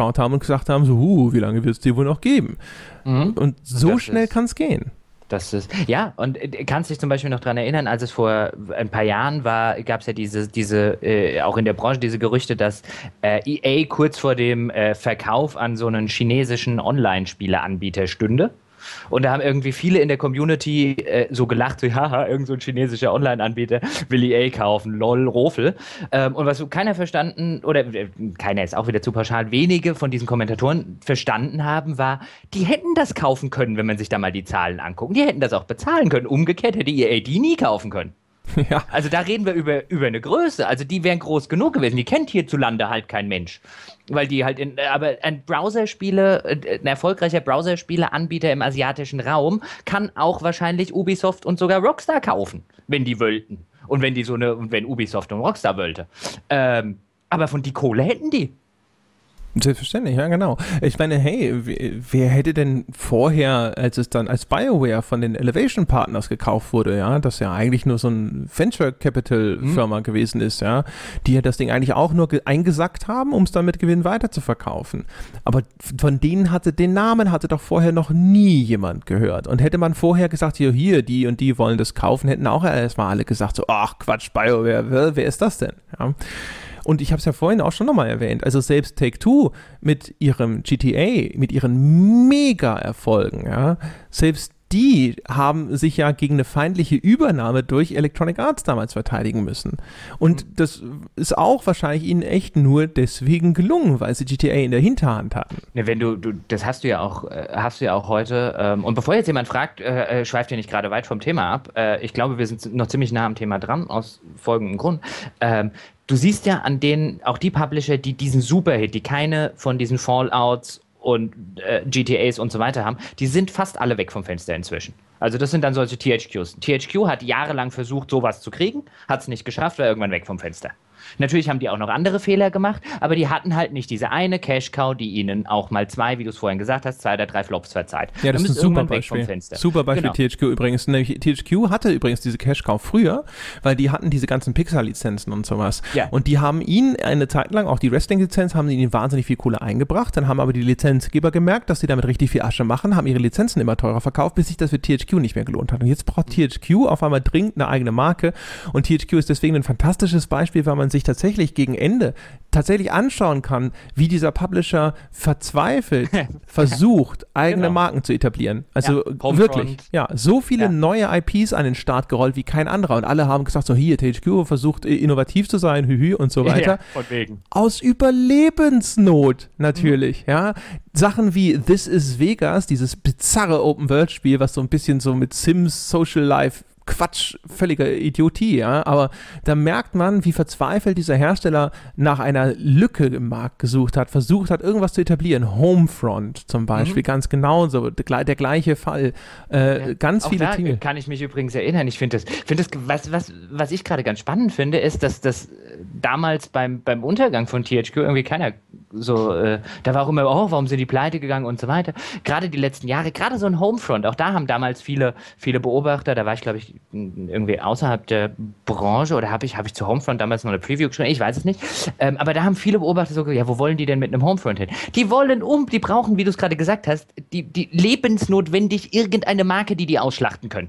geschaut haben und gesagt haben, so, huh, wie lange wird es dir wohl noch geben? Mhm. Und so das schnell kann es gehen. Das ist, ja, und äh, kannst dich zum Beispiel noch daran erinnern, als es vor ein paar Jahren war, gab es ja diese, diese äh, auch in der Branche diese Gerüchte, dass äh, E A kurz vor dem äh, Verkauf an so einen chinesischen Online-Spieleanbieter stünde. Und da haben irgendwie viele in der Community äh, so gelacht, so, haha, irgend so ein chinesischer Online-Anbieter will E A kaufen, lol, Rofel. Ähm, und was so keiner verstanden, oder äh, keiner ist auch wieder zu pauschal, wenige von diesen Kommentatoren verstanden haben, war, die hätten das kaufen können, wenn man sich da mal die Zahlen anguckt. Die hätten das auch bezahlen können. Umgekehrt hätte E A die nie kaufen können. Ja. Also da reden wir über, über eine Größe. Also die wären groß genug gewesen. Die kennt hierzulande halt kein Mensch. Weil die halt in, aber ein Browserspiele, ein erfolgreicher Browserspieleanbieter im asiatischen Raum kann auch wahrscheinlich Ubisoft und sogar Rockstar kaufen, wenn die wollten. Und wenn die so eine, wenn Ubisoft und Rockstar wollte. Ähm, aber von die Kohle hätten die. Selbstverständlich, ja genau. Ich meine, hey, wer hätte denn vorher, als es dann als BioWare von den Elevation Partners gekauft wurde, ja, das ja eigentlich nur so ein Venture Capital Firma mhm. gewesen ist, ja, die ja das Ding eigentlich auch nur ge- eingesackt haben, um es dann mit Gewinn weiter zu verkaufen. Aber von denen hatte, den Namen hatte doch vorher noch nie jemand gehört. Und hätte man vorher gesagt, hier, hier, die und die wollen das kaufen, hätten auch erstmal alle gesagt, so, ach Quatsch, BioWare, wer, wer ist das denn? Ja. Und ich habe es ja vorhin auch schon nochmal erwähnt, also selbst Take-Two mit ihrem G T A, mit ihren Mega-Erfolgen, ja, selbst die haben sich ja gegen eine feindliche Übernahme durch Electronic Arts damals verteidigen müssen. Und mhm. das ist auch wahrscheinlich ihnen echt nur deswegen gelungen, weil sie G T A in der Hinterhand hatten. Ne, wenn du, du, das hast du ja auch, hast du ja auch heute. Ähm, und bevor jetzt jemand fragt, äh, schweift ihr nicht gerade weit vom Thema ab. Äh, ich glaube, wir sind noch ziemlich nah am Thema dran, aus folgendem Grund. Ähm, du siehst ja an denen, auch die Publisher, die diesen Superhit, die keine von diesen Fallouts und äh, G T As und so weiter haben, die sind fast alle weg vom Fenster inzwischen. Also das sind dann solche T H Qs. T H Q hat jahrelang versucht, sowas zu kriegen, hat es nicht geschafft, war irgendwann weg vom Fenster. Natürlich haben die auch noch andere Fehler gemacht, aber die hatten halt nicht diese eine Cash-Cow, die ihnen auch mal zwei, wie du es vorhin gesagt hast, zwei oder drei Flops verzeiht. Ja, das ist ein super Beispiel. Super Beispiel genau. T H Q übrigens. Nämlich T H Q hatte übrigens diese Cash-Cow früher, weil die hatten diese ganzen Pixar-Lizenzen und sowas. Ja. Und die haben ihnen eine Zeit lang, auch die Wrestling-Lizenz, haben ihnen wahnsinnig viel Kohle eingebracht. Dann haben aber die Lizenzgeber gemerkt, dass sie damit richtig viel Asche machen, haben ihre Lizenzen immer teurer verkauft, bis sich das für T H Q nicht mehr gelohnt hat. Und jetzt braucht T H Q auf einmal dringend eine eigene Marke. Und T H Q ist deswegen ein fantastisches Beispiel, weil man sich tatsächlich gegen Ende tatsächlich anschauen kann, wie dieser Publisher verzweifelt versucht, eigene genau. Marken zu etablieren. Also ja, wirklich, ja, so viele ja. neue I Ps an den Start gerollt wie kein anderer und alle haben gesagt, so hier, T H Q versucht innovativ zu sein, hühü und so weiter. Ja, von wegen. Aus Überlebensnot natürlich, mhm. ja. Sachen wie This is Vegas, dieses bizarre Open-World-Spiel, was so ein bisschen so mit Sims, Social Life Quatsch, völlige Idiotie, ja, aber da merkt man, wie verzweifelt dieser Hersteller nach einer Lücke im Markt gesucht hat, versucht hat, irgendwas zu etablieren. Homefront zum Beispiel, mhm. ganz genauso, der, der gleiche Fall. Äh, ja, ganz viele da Dinge. Kann ich mich übrigens erinnern. Ich finde das, find das was, was, was ich gerade ganz spannend finde, ist, dass das damals beim, beim Untergang von T H Q irgendwie keiner so, äh, da war auch immer, oh, warum sind die pleite gegangen und so weiter. Gerade die letzten Jahre, gerade so ein Homefront, auch da haben damals viele, viele Beobachter, da war ich, glaube ich, irgendwie außerhalb der Branche oder habe ich, hab ich zu Homefront damals noch eine Preview geschrieben, ich weiß es nicht, ähm, aber da haben viele Beobachter so gesagt, ja, wo wollen die denn mit einem Homefront hin? Die wollen um, die brauchen, wie du es gerade gesagt hast, die, die lebensnotwendig irgendeine Marke, die die ausschlachten können.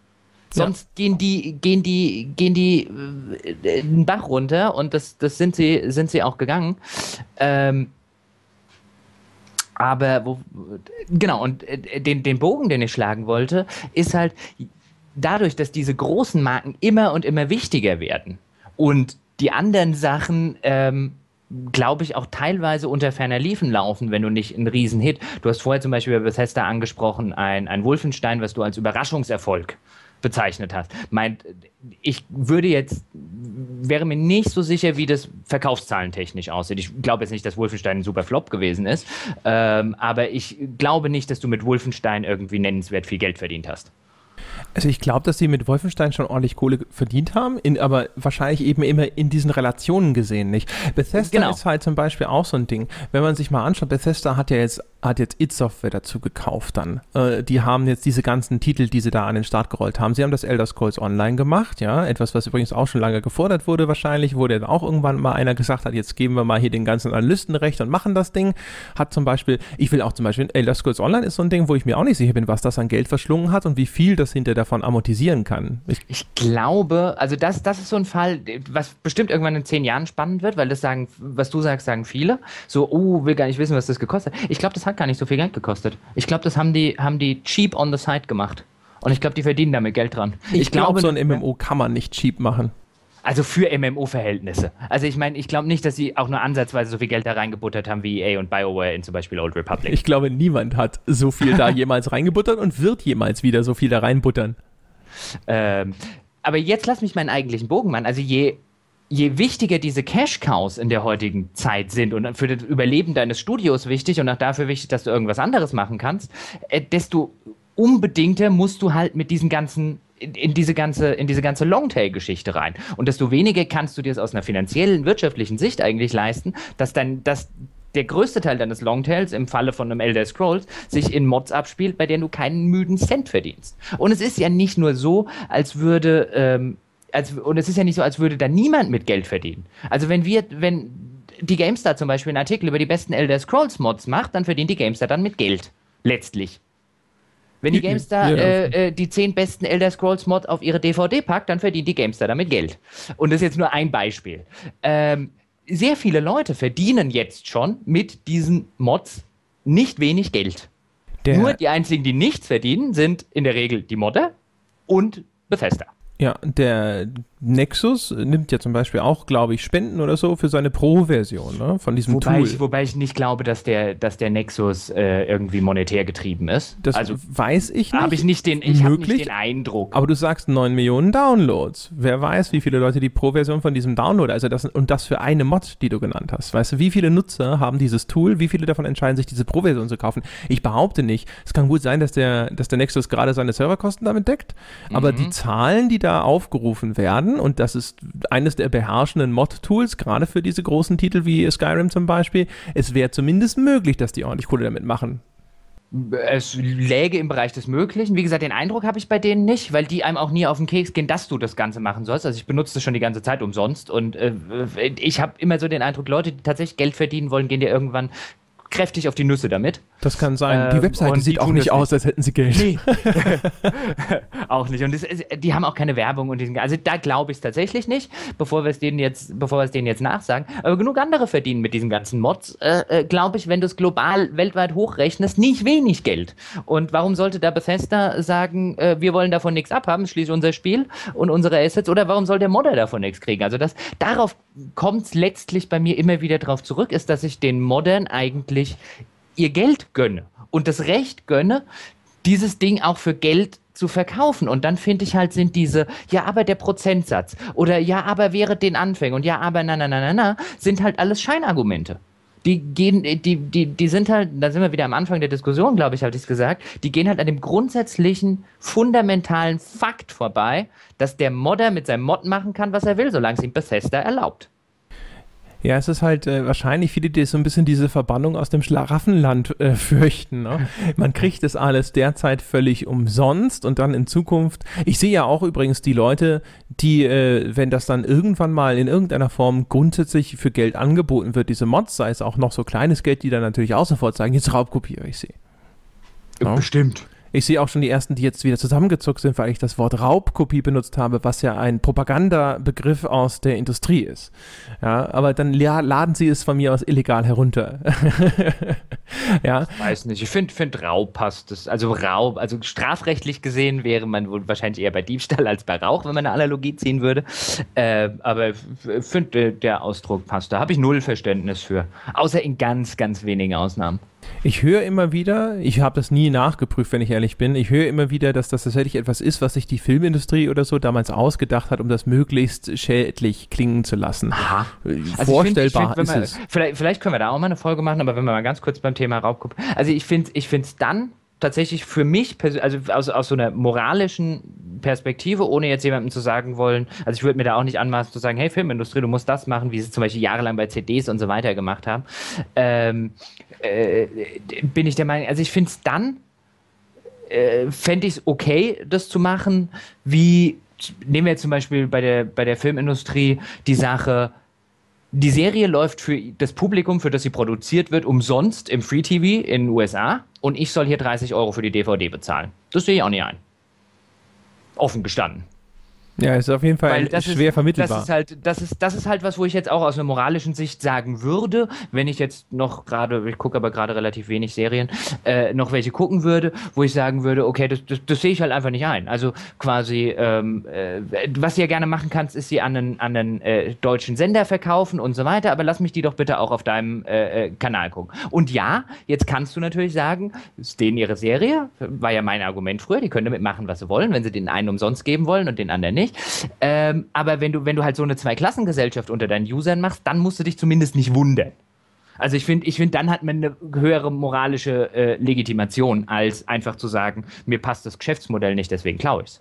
Sonst ja. gehen die, gehen die, gehen die äh, den Bach runter und das, das sind sie, sind sie auch gegangen. Ähm, aber wo, genau, und äh, den, den Bogen, den ich schlagen wollte, ist halt dadurch, dass diese großen Marken immer und immer wichtiger werden und die anderen Sachen, ähm, glaube ich, auch teilweise unter ferner Liefen laufen, wenn du nicht einen Riesenhit. Du hast vorher zum Beispiel über Bethesda angesprochen, ein, ein Wolfenstein, was du als Überraschungserfolg bezeichnet hast. Meint, ich würde jetzt, wäre mir nicht so sicher, wie das verkaufszahlentechnisch aussieht. Ich glaube jetzt nicht, dass Wolfenstein ein super Flop gewesen ist, ähm, aber ich glaube nicht, dass du mit Wolfenstein irgendwie nennenswert viel Geld verdient hast. Also ich glaube, dass sie mit Wolfenstein schon ordentlich Kohle verdient haben, in, aber wahrscheinlich eben immer in diesen Relationen gesehen, nicht? Bethesda genau. ist halt zum Beispiel auch so ein Ding. Wenn man sich mal anschaut, Bethesda hat ja jetzt hat jetzt id Software dazu gekauft dann. Äh, die haben jetzt diese ganzen Titel, die sie da an den Start gerollt haben. Sie haben das Elder Scrolls Online gemacht, ja, etwas, was übrigens auch schon lange gefordert wurde wahrscheinlich, wo dann auch irgendwann mal einer gesagt hat, jetzt geben wir mal hier den ganzen Analysten recht und machen das Ding. Hat zum Beispiel, ich will auch zum Beispiel, Elder Scrolls Online ist so ein Ding, wo ich mir auch nicht sicher bin, was das an Geld verschlungen hat und wie viel das hinter davon amortisieren kann. Ich, ich glaube, also das, das ist so ein Fall, was bestimmt irgendwann in zehn Jahren spannend wird, weil das sagen, was du sagst, sagen viele. So, oh, will gar nicht wissen, was das gekostet hat. Ich glaube, das hat gar nicht so viel Geld gekostet. Ich glaube, das haben die, haben die cheap on the side gemacht. Und ich glaube, die verdienen damit Geld dran. Ich, ich glaube, glaub, so ein M M O kann man nicht cheap machen. Also für M M O-Verhältnisse. Also ich meine, ich glaube nicht, dass sie auch nur ansatzweise so viel Geld da reingebuttert haben wie E A und BioWare in zum Beispiel Old Republic. Ich glaube, niemand hat so viel da jemals reingebuttert und wird jemals wieder so viel da reinbuttern. Ähm, aber jetzt lass mich meinen eigentlichen Bogen machen. Also je Je wichtiger diese Cash-Cows in der heutigen Zeit sind und für das Überleben deines Studios wichtig und auch dafür wichtig, dass du irgendwas anderes machen kannst, äh, desto unbedingter musst du halt mit diesen ganzen in, in diese ganze in diese ganze Longtail-Geschichte rein. Und desto weniger kannst du dir es aus einer finanziellen, wirtschaftlichen Sicht eigentlich leisten, dass dann dass der größte Teil deines Longtails im Falle von einem Elder Scrolls sich in Mods abspielt, bei denen du keinen müden Cent verdienst. Und es ist ja nicht nur so, als würde ähm, als, und es ist ja nicht so, als würde da niemand mit Geld verdienen. Also wenn wir, wenn die GameStar zum Beispiel einen Artikel über die besten Elder Scrolls Mods macht, dann verdient die GameStar dann mit Geld. Letztlich. Wenn die GameStar ja. äh, äh, die zehn besten Elder Scrolls Mods auf ihre D V D packt, dann verdient die GameStar damit Geld. Und das ist jetzt nur ein Beispiel. Ähm, sehr viele Leute verdienen jetzt schon mit diesen Mods nicht wenig Geld. Der nur die einzigen, die nichts verdienen, sind in der Regel die Modder und Bethesda. Ja, der Nexus nimmt ja zum Beispiel auch, glaube ich, Spenden oder so für seine Pro-Version, ne, von diesem wobei Tool. Ich, wobei ich nicht glaube, dass der, dass der Nexus äh, irgendwie monetär getrieben ist. Das also, weiß ich nicht. Hab ich nicht den, ich habe nicht den Eindruck. Aber du sagst neun Millionen Downloads. Wer weiß, wie viele Leute die Pro-Version von diesem Download, also das, und das für eine Mod, die du genannt hast. Weißt du, wie viele Nutzer haben dieses Tool, wie viele davon entscheiden sich, diese Pro-Version zu kaufen? Ich behaupte nicht. Es kann gut sein, dass der, dass der Nexus gerade seine Serverkosten damit deckt, aber mhm. die Zahlen, die da aufgerufen werden, und das ist eines der beherrschenden Mod-Tools, gerade für diese großen Titel wie Skyrim zum Beispiel, es wäre zumindest möglich, dass die ordentlich Kohle damit machen. Es läge im Bereich des Möglichen. Wie gesagt, den Eindruck habe ich bei denen nicht, weil die einem auch nie auf den Keks gehen, dass du das Ganze machen sollst. Also ich benutze das schon die ganze Zeit umsonst und äh, ich habe immer so den Eindruck, Leute, die tatsächlich Geld verdienen wollen, gehen dir irgendwann kräftig auf die Nüsse damit. Das kann sein. Die Webseite ähm, sieht auch nicht aus, als hätten sie Geld. Nee. Auch nicht. Und das ist, die haben auch keine Werbung. Und diesen, also da glaube ich es tatsächlich nicht, bevor wir es denen jetzt, bevor wir es denen jetzt nachsagen. Aber genug andere verdienen mit diesen ganzen Mods, äh, äh, glaube ich, wenn du es global, weltweit hochrechnest, nicht wenig Geld. Und warum sollte da Bethesda sagen, äh, wir wollen davon nichts abhaben, schließlich unser Spiel und unsere Assets, oder warum soll der Modder davon nichts kriegen? Also das, darauf kommt es letztlich bei mir immer wieder drauf zurück, ist, dass ich den Moddern eigentlich ihr Geld gönne und das Recht gönne, dieses Ding auch für Geld zu verkaufen. Und dann finde ich halt, sind diese, ja, aber der Prozentsatz oder ja, aber während den Anfängen und ja, aber na, na, na, na, na, sind halt alles Scheinargumente. Die gehen, die, die, die sind halt, da sind wir wieder am Anfang der Diskussion, glaube ich, habe ich es gesagt, die gehen halt an dem grundsätzlichen, fundamentalen Fakt vorbei, dass der Modder mit seinem Mod machen kann, was er will, solange es ihm Bethesda erlaubt. Ja, es ist halt äh, wahrscheinlich viele, die so ein bisschen diese Verbannung aus dem Schlaraffenland äh, fürchten. Ne? Man kriegt das alles derzeit völlig umsonst und dann in Zukunft, ich sehe ja auch übrigens die Leute, die, äh, wenn das dann irgendwann mal in irgendeiner Form grundsätzlich für Geld angeboten wird, diese Mods, sei es auch noch so kleines Geld, die dann natürlich auch sofort sagen, jetzt raubkopiere ich sie. Ja? Bestimmt. Ich sehe auch schon die ersten, die jetzt wieder zusammengezuckt sind, weil ich das Wort Raubkopie benutzt habe, was ja ein Propagandabegriff aus der Industrie ist. Ja, aber dann ja, laden sie es von mir aus illegal herunter. Ja. Ich weiß nicht, ich finde find Raub passt. Das, also Raub, also strafrechtlich gesehen wäre man wohl wahrscheinlich eher bei Diebstahl als bei Rauch, wenn man eine Analogie ziehen würde. Äh, aber ich finde, der Ausdruck passt. Da habe ich null Verständnis für. Außer in ganz, ganz wenigen Ausnahmen. Ich höre immer wieder, ich habe das nie nachgeprüft, wenn ich ehrlich bin, ich höre immer wieder, dass das tatsächlich etwas ist, was sich die Filmindustrie oder so damals ausgedacht hat, um das möglichst schädlich klingen zu lassen. Aha. Also Vorstellbar ich find, ich find, ist man, es. Vielleicht, vielleicht können wir da auch mal eine Folge machen, aber wenn wir mal ganz kurz beim Thema Raubkopie. Also ich finde ich finde es dann tatsächlich für mich, also aus, aus so einer moralischen Perspektive, ohne jetzt jemandem zu sagen wollen, also ich würde mir da auch nicht anmaßen zu sagen, hey Filmindustrie, du musst das machen, wie sie zum Beispiel jahrelang bei C Ds und so weiter gemacht haben, ähm, äh, bin ich der Meinung, also ich finde es dann, äh, fände ich es okay, das zu machen, wie, nehmen wir jetzt zum Beispiel bei der, bei der Filmindustrie die Sache, die Serie läuft für das Publikum, für das sie produziert wird, umsonst im Free-T V in den U S A und ich soll hier dreißig Euro für die D V D bezahlen. Das sehe ich auch nicht ein. Offen gestanden. Ja, ist auf jeden Fall schwer ist, vermittelbar. Das ist, halt, das, ist, das ist halt was, wo ich jetzt auch aus einer moralischen Sicht sagen würde, wenn ich jetzt noch gerade, ich gucke aber gerade relativ wenig Serien, äh, noch welche gucken würde, wo ich sagen würde, okay, das, das, das sehe ich halt einfach nicht ein. Also quasi, ähm, äh, was du ja gerne machen kannst, ist sie an einen, an einen äh, deutschen Sender verkaufen und so weiter, aber lass mich die doch bitte auch auf deinem äh, äh, Kanal gucken. Und ja, jetzt kannst du natürlich sagen, ist denen ihre Serie, war ja mein Argument früher, die können damit machen, was sie wollen, wenn sie den einen umsonst geben wollen und den anderen nicht. Ähm, aber wenn du, wenn du halt so eine Zweiklassengesellschaft unter deinen Usern machst, dann musst du dich zumindest nicht wundern. Also ich finde, ich find, dann hat man eine höhere moralische äh, Legitimation, als einfach zu sagen, mir passt das Geschäftsmodell nicht, deswegen klaue ich's.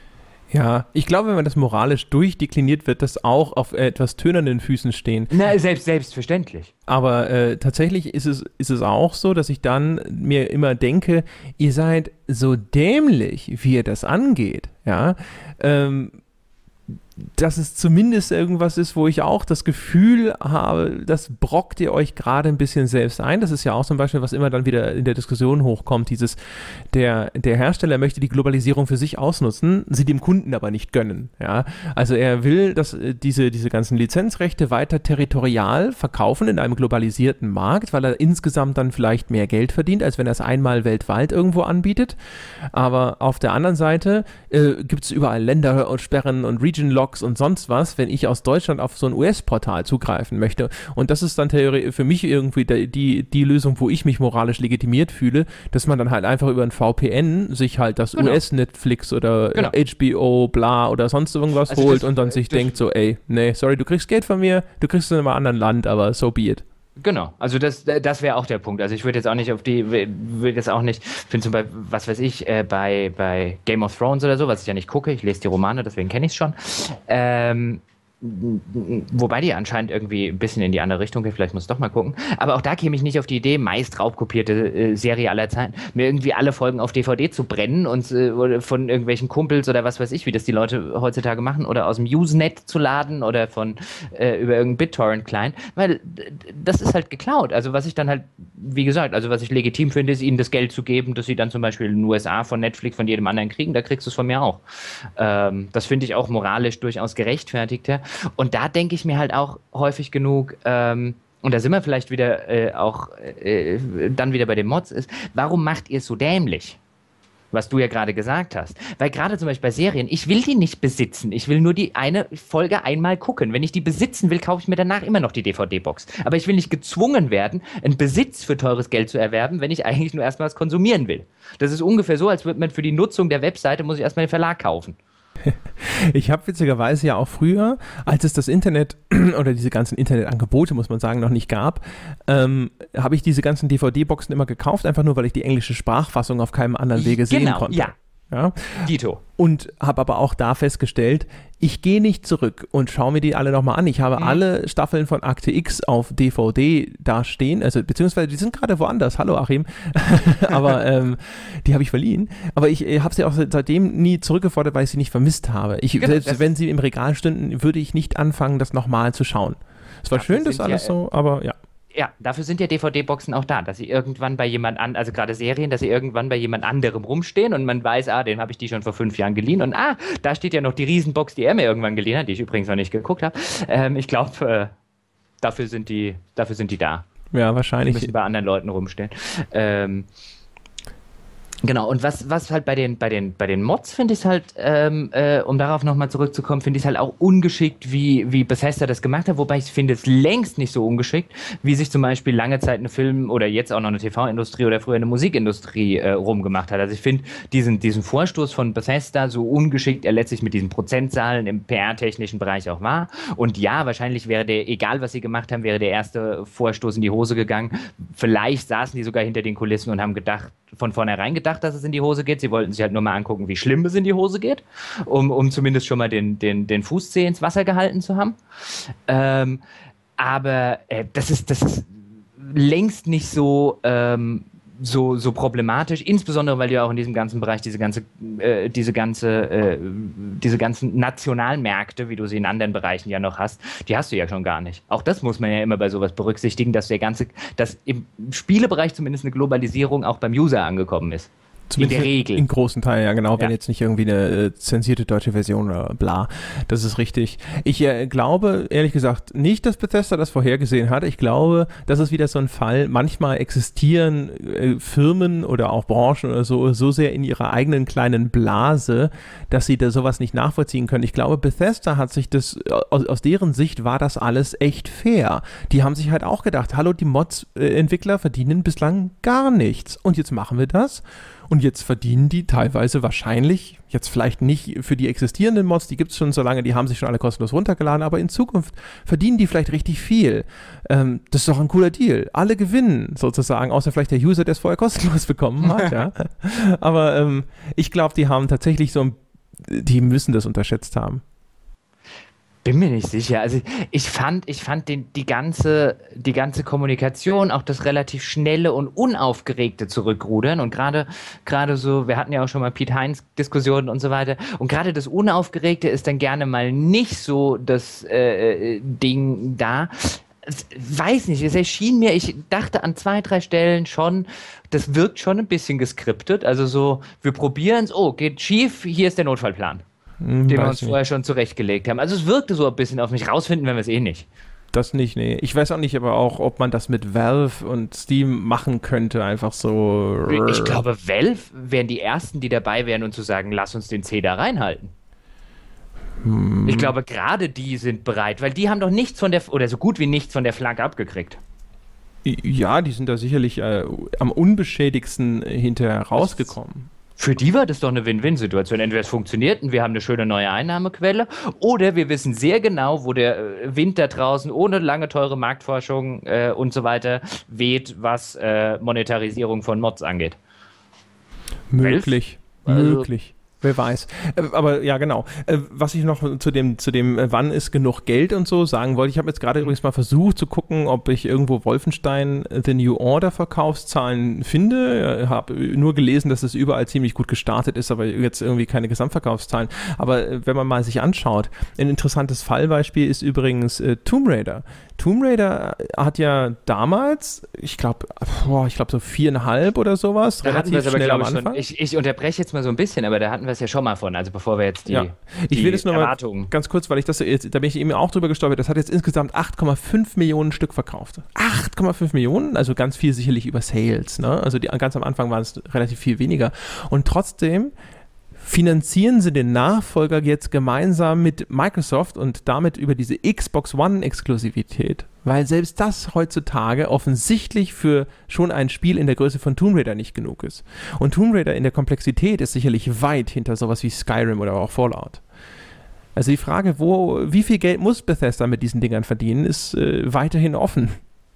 Ja, ich glaube, wenn man das moralisch durchdekliniert, wird das auch auf etwas tönernen Füßen stehen. Na, selbst, selbstverständlich. Aber äh, tatsächlich ist es, ist es auch so, dass ich dann mir immer denke, ihr seid so dämlich, wie ihr das angeht, ja, ähm, dass es zumindest irgendwas ist, wo ich auch das Gefühl habe, das brockt ihr euch gerade ein bisschen selbst ein. Das ist ja auch zum Beispiel, was immer dann wieder in der Diskussion hochkommt, dieses, der, der Hersteller möchte die Globalisierung für sich ausnutzen, sie dem Kunden aber nicht gönnen. Ja? Also er will, dass diese, diese ganzen Lizenzrechte weiter territorial verkaufen in einem globalisierten Markt, weil er insgesamt dann vielleicht mehr Geld verdient, als wenn er es einmal weltweit irgendwo anbietet. Aber auf der anderen Seite äh, gibt es überall Länder und Sperren und Region-Lock und sonst was, wenn ich aus Deutschland auf so ein U S-Portal zugreifen möchte. Und das ist dann für mich irgendwie die, die Lösung, wo ich mich moralisch legitimiert fühle, dass man dann halt einfach über ein V P N sich halt das genau. U S-Netflix oder genau. H B O, bla oder sonst irgendwas also holt das, und dann sich denkt so, ey, nee, sorry, du kriegst Geld von mir, du kriegst es in einem anderen Land, aber so be it. Genau, also das, das wäre auch der Punkt. Also ich würde jetzt auch nicht auf die, würde jetzt auch nicht, finde zum Beispiel, was weiß ich, äh, bei, bei Game of Thrones oder so, was ich ja nicht gucke, ich lese die Romane, deswegen kenne ich es schon, ähm, wobei die anscheinend irgendwie ein bisschen in die andere Richtung geht, vielleicht muss ich doch mal gucken. Aber auch da käme ich nicht auf die Idee, meist raubkopierte äh, Serie aller Zeiten, mir irgendwie alle Folgen auf D V D zu brennen und äh, von irgendwelchen Kumpels oder was weiß ich, wie das die Leute heutzutage machen, oder aus dem Usenet zu laden oder von äh, über irgendeinen BitTorrent-Client, weil das ist halt geklaut. Also was ich dann halt, wie gesagt, also was ich legitim finde, ist ihnen das Geld zu geben, dass sie dann zum Beispiel in den U S A von Netflix, von jedem anderen kriegen, da kriegst du es von mir auch. Ähm, das finde ich auch moralisch durchaus gerechtfertigter. Und da denke ich mir halt auch häufig genug, ähm, und da sind wir vielleicht wieder äh, auch äh, dann wieder bei den Mods, ist, warum macht ihr es so dämlich? Was du ja gerade gesagt hast. Weil gerade zum Beispiel bei Serien, ich will die nicht besitzen. Ich will nur die eine Folge einmal gucken. Wenn ich die besitzen will, kaufe ich mir danach immer noch die D V D-Box. Aber ich will nicht gezwungen werden, einen Besitz für teures Geld zu erwerben, wenn ich eigentlich nur erstmal was konsumieren will. Das ist ungefähr so, als würde man für die Nutzung der Webseite, muss ich erstmal den Verlag kaufen. Ich habe witzigerweise ja auch früher, als es das Internet oder diese ganzen Internetangebote, muss man sagen, noch nicht gab, ähm, habe ich diese ganzen D V D-Boxen immer gekauft, einfach nur, weil ich die englische Sprachfassung auf keinem anderen Wege sehen genau, konnte. Ja. Ja? Dito. Und habe aber auch da festgestellt, ich gehe nicht zurück und schaue mir die alle nochmal an. Ich habe mhm. alle Staffeln von Akte X auf D V D da stehen, also beziehungsweise die sind gerade woanders. Hallo Achim. aber ähm, die habe ich verliehen. Aber ich äh, habe sie auch seitdem nie zurückgefordert, weil ich sie nicht vermisst habe. Ich, genau, selbst wenn sie im Regal stünden, würde ich nicht anfangen, das nochmal zu schauen. Es war schön, das alles ja, so, aber ja. Ja, dafür sind ja D V D-Boxen auch da, dass sie irgendwann bei jemand an, also gerade Serien, dass sie irgendwann bei jemand anderem rumstehen und man weiß, ah, den habe ich die schon vor fünf Jahren geliehen und ah, da steht ja noch die Riesenbox, die er mir irgendwann geliehen hat, die ich übrigens noch nicht geguckt habe. Ähm, ich glaube, äh, dafür sind die, dafür sind die da. Ja, wahrscheinlich. Die müssen bei anderen Leuten rumstehen. Ähm, Genau, und was, was halt bei den, bei den, bei den Mods finde ich es halt, ähm, äh, um darauf nochmal zurückzukommen, finde ich es halt auch ungeschickt, wie, wie Bethesda das gemacht hat, wobei ich finde es längst nicht so ungeschickt, wie sich zum Beispiel lange Zeit eine Film- oder jetzt auch noch eine T V-Industrie oder früher eine Musikindustrie äh, rumgemacht hat. Also ich finde diesen, diesen Vorstoß von Bethesda, so ungeschickt er letztlich mit diesen Prozentzahlen im P R-technischen Bereich auch war. Und ja, wahrscheinlich wäre der, egal was sie gemacht haben, wäre der erste Vorstoß in die Hose gegangen. Vielleicht saßen die sogar hinter den Kulissen und haben gedacht, von vornherein gedacht, dass es in die Hose geht. Sie wollten sich halt nur mal angucken, wie schlimm es in die Hose geht, um, um zumindest schon mal den, den, den Fußzeh ins Wasser gehalten zu haben. Ähm, aber äh, das ist, das ist längst nicht so, ähm, so, so problematisch, insbesondere weil du ja auch in diesem ganzen Bereich diese ganze, äh, diese ganze, äh, diese ganzen Nationalmärkte, wie du sie in anderen Bereichen ja noch hast, die hast du ja schon gar nicht. Auch das muss man ja immer bei sowas berücksichtigen, dass der ganze, dass im Spielebereich zumindest eine Globalisierung auch beim User angekommen ist. Zumindest in der Regel. In großen Teilen, ja genau, wenn ja. jetzt nicht irgendwie eine äh, zensierte deutsche Version oder bla. Das ist richtig. Ich äh, glaube, ehrlich gesagt, nicht, dass Bethesda das vorhergesehen hat. Ich glaube, das ist wieder so ein Fall. Manchmal existieren äh, Firmen oder auch Branchen oder so, so sehr in ihrer eigenen kleinen Blase, dass sie da sowas nicht nachvollziehen können. Ich glaube, Bethesda hat sich das, aus, aus deren Sicht war das alles echt fair. Die haben sich halt auch gedacht, hallo, die Mods-Entwickler verdienen bislang gar nichts. Und jetzt machen wir das. Und jetzt verdienen die teilweise wahrscheinlich, jetzt vielleicht nicht für die existierenden Mods, die gibt es schon so lange, die haben sich schon alle kostenlos runtergeladen, aber in Zukunft verdienen die vielleicht richtig viel. Ähm, das ist doch ein cooler Deal. Alle gewinnen sozusagen, außer vielleicht der User, der es vorher kostenlos bekommen hat. Ja. Aber ähm, ich glaube, die haben tatsächlich so ein, die müssen das unterschätzt haben. Bin mir nicht sicher. Also ich fand, ich fand den, die, ganze, die ganze Kommunikation, auch das relativ schnelle und unaufgeregte Zurückrudern und gerade gerade so, wir hatten ja auch schon mal Pete Hines Diskussionen und so weiter und gerade das Unaufgeregte ist dann gerne mal nicht so das äh, Ding da. Weiß nicht, es erschien mir, ich dachte an zwei, drei Stellen schon, das wirkt schon ein bisschen geskriptet, also so, wir probieren es, oh, geht schief, hier ist der Notfallplan. Den wir uns vorher schon zurechtgelegt haben. Also es wirkte so ein bisschen auf mich, rausfinden wenn wir es eh nicht. Das nicht, nee. Ich weiß auch nicht, aber auch, ob man das mit Valve und Steam machen könnte, einfach so. Ich glaube, Valve wären die Ersten, die dabei wären und zu sagen, lass uns den C da reinhalten. Hm. Ich glaube, gerade die sind bereit, weil die haben doch nichts von der, oder so gut wie nichts von der Flagge abgekriegt. Ja, die sind da sicherlich äh, am unbeschädigsten hinterher rausgekommen. Für die war das doch eine Win-Win-Situation. Entweder es funktioniert und wir haben eine schöne neue Einnahmequelle oder wir wissen sehr genau, wo der Wind da draußen ohne lange teure Marktforschung äh, und so weiter weht, was äh, Monetarisierung von Mods angeht. Möglich, also, möglich. Wer weiß. Aber ja, genau. Was ich noch zu dem, zu dem wann ist genug Geld und so sagen wollte, ich habe jetzt gerade übrigens mal versucht zu gucken, ob ich irgendwo Wolfenstein The New Order Verkaufszahlen finde. Ich habe nur gelesen, dass es überall ziemlich gut gestartet ist, aber jetzt irgendwie keine Gesamtverkaufszahlen. Aber wenn man mal sich anschaut, ein interessantes Fallbeispiel ist übrigens äh, Tomb Raider. Tomb Raider hat ja damals, ich glaube, ich glaube so viereinhalb oder sowas, da relativ aber, schnell am ich, Anfang. Ich, ich unterbreche jetzt mal so ein bisschen, aber da hatten wir es ja schon mal von, also bevor wir jetzt die, ja. ich die will das nur Erwartungen... mal ganz kurz, weil ich das jetzt, da bin ich eben auch drüber gestolpert, das hat jetzt insgesamt acht Komma fünf Millionen Stück verkauft. acht Komma fünf Millionen, also ganz viel sicherlich über Sales, ne? Also die, ganz am Anfang waren es relativ viel weniger. Und trotzdem finanzieren sie den Nachfolger jetzt gemeinsam mit Microsoft und damit über diese Xbox One-Exklusivität, weil selbst das heutzutage offensichtlich für schon ein Spiel in der Größe von Tomb Raider nicht genug ist. Und Tomb Raider in der Komplexität ist sicherlich weit hinter sowas wie Skyrim oder auch Fallout. Also die Frage, wo, wie viel Geld muss Bethesda mit diesen Dingern verdienen, ist äh, weiterhin offen.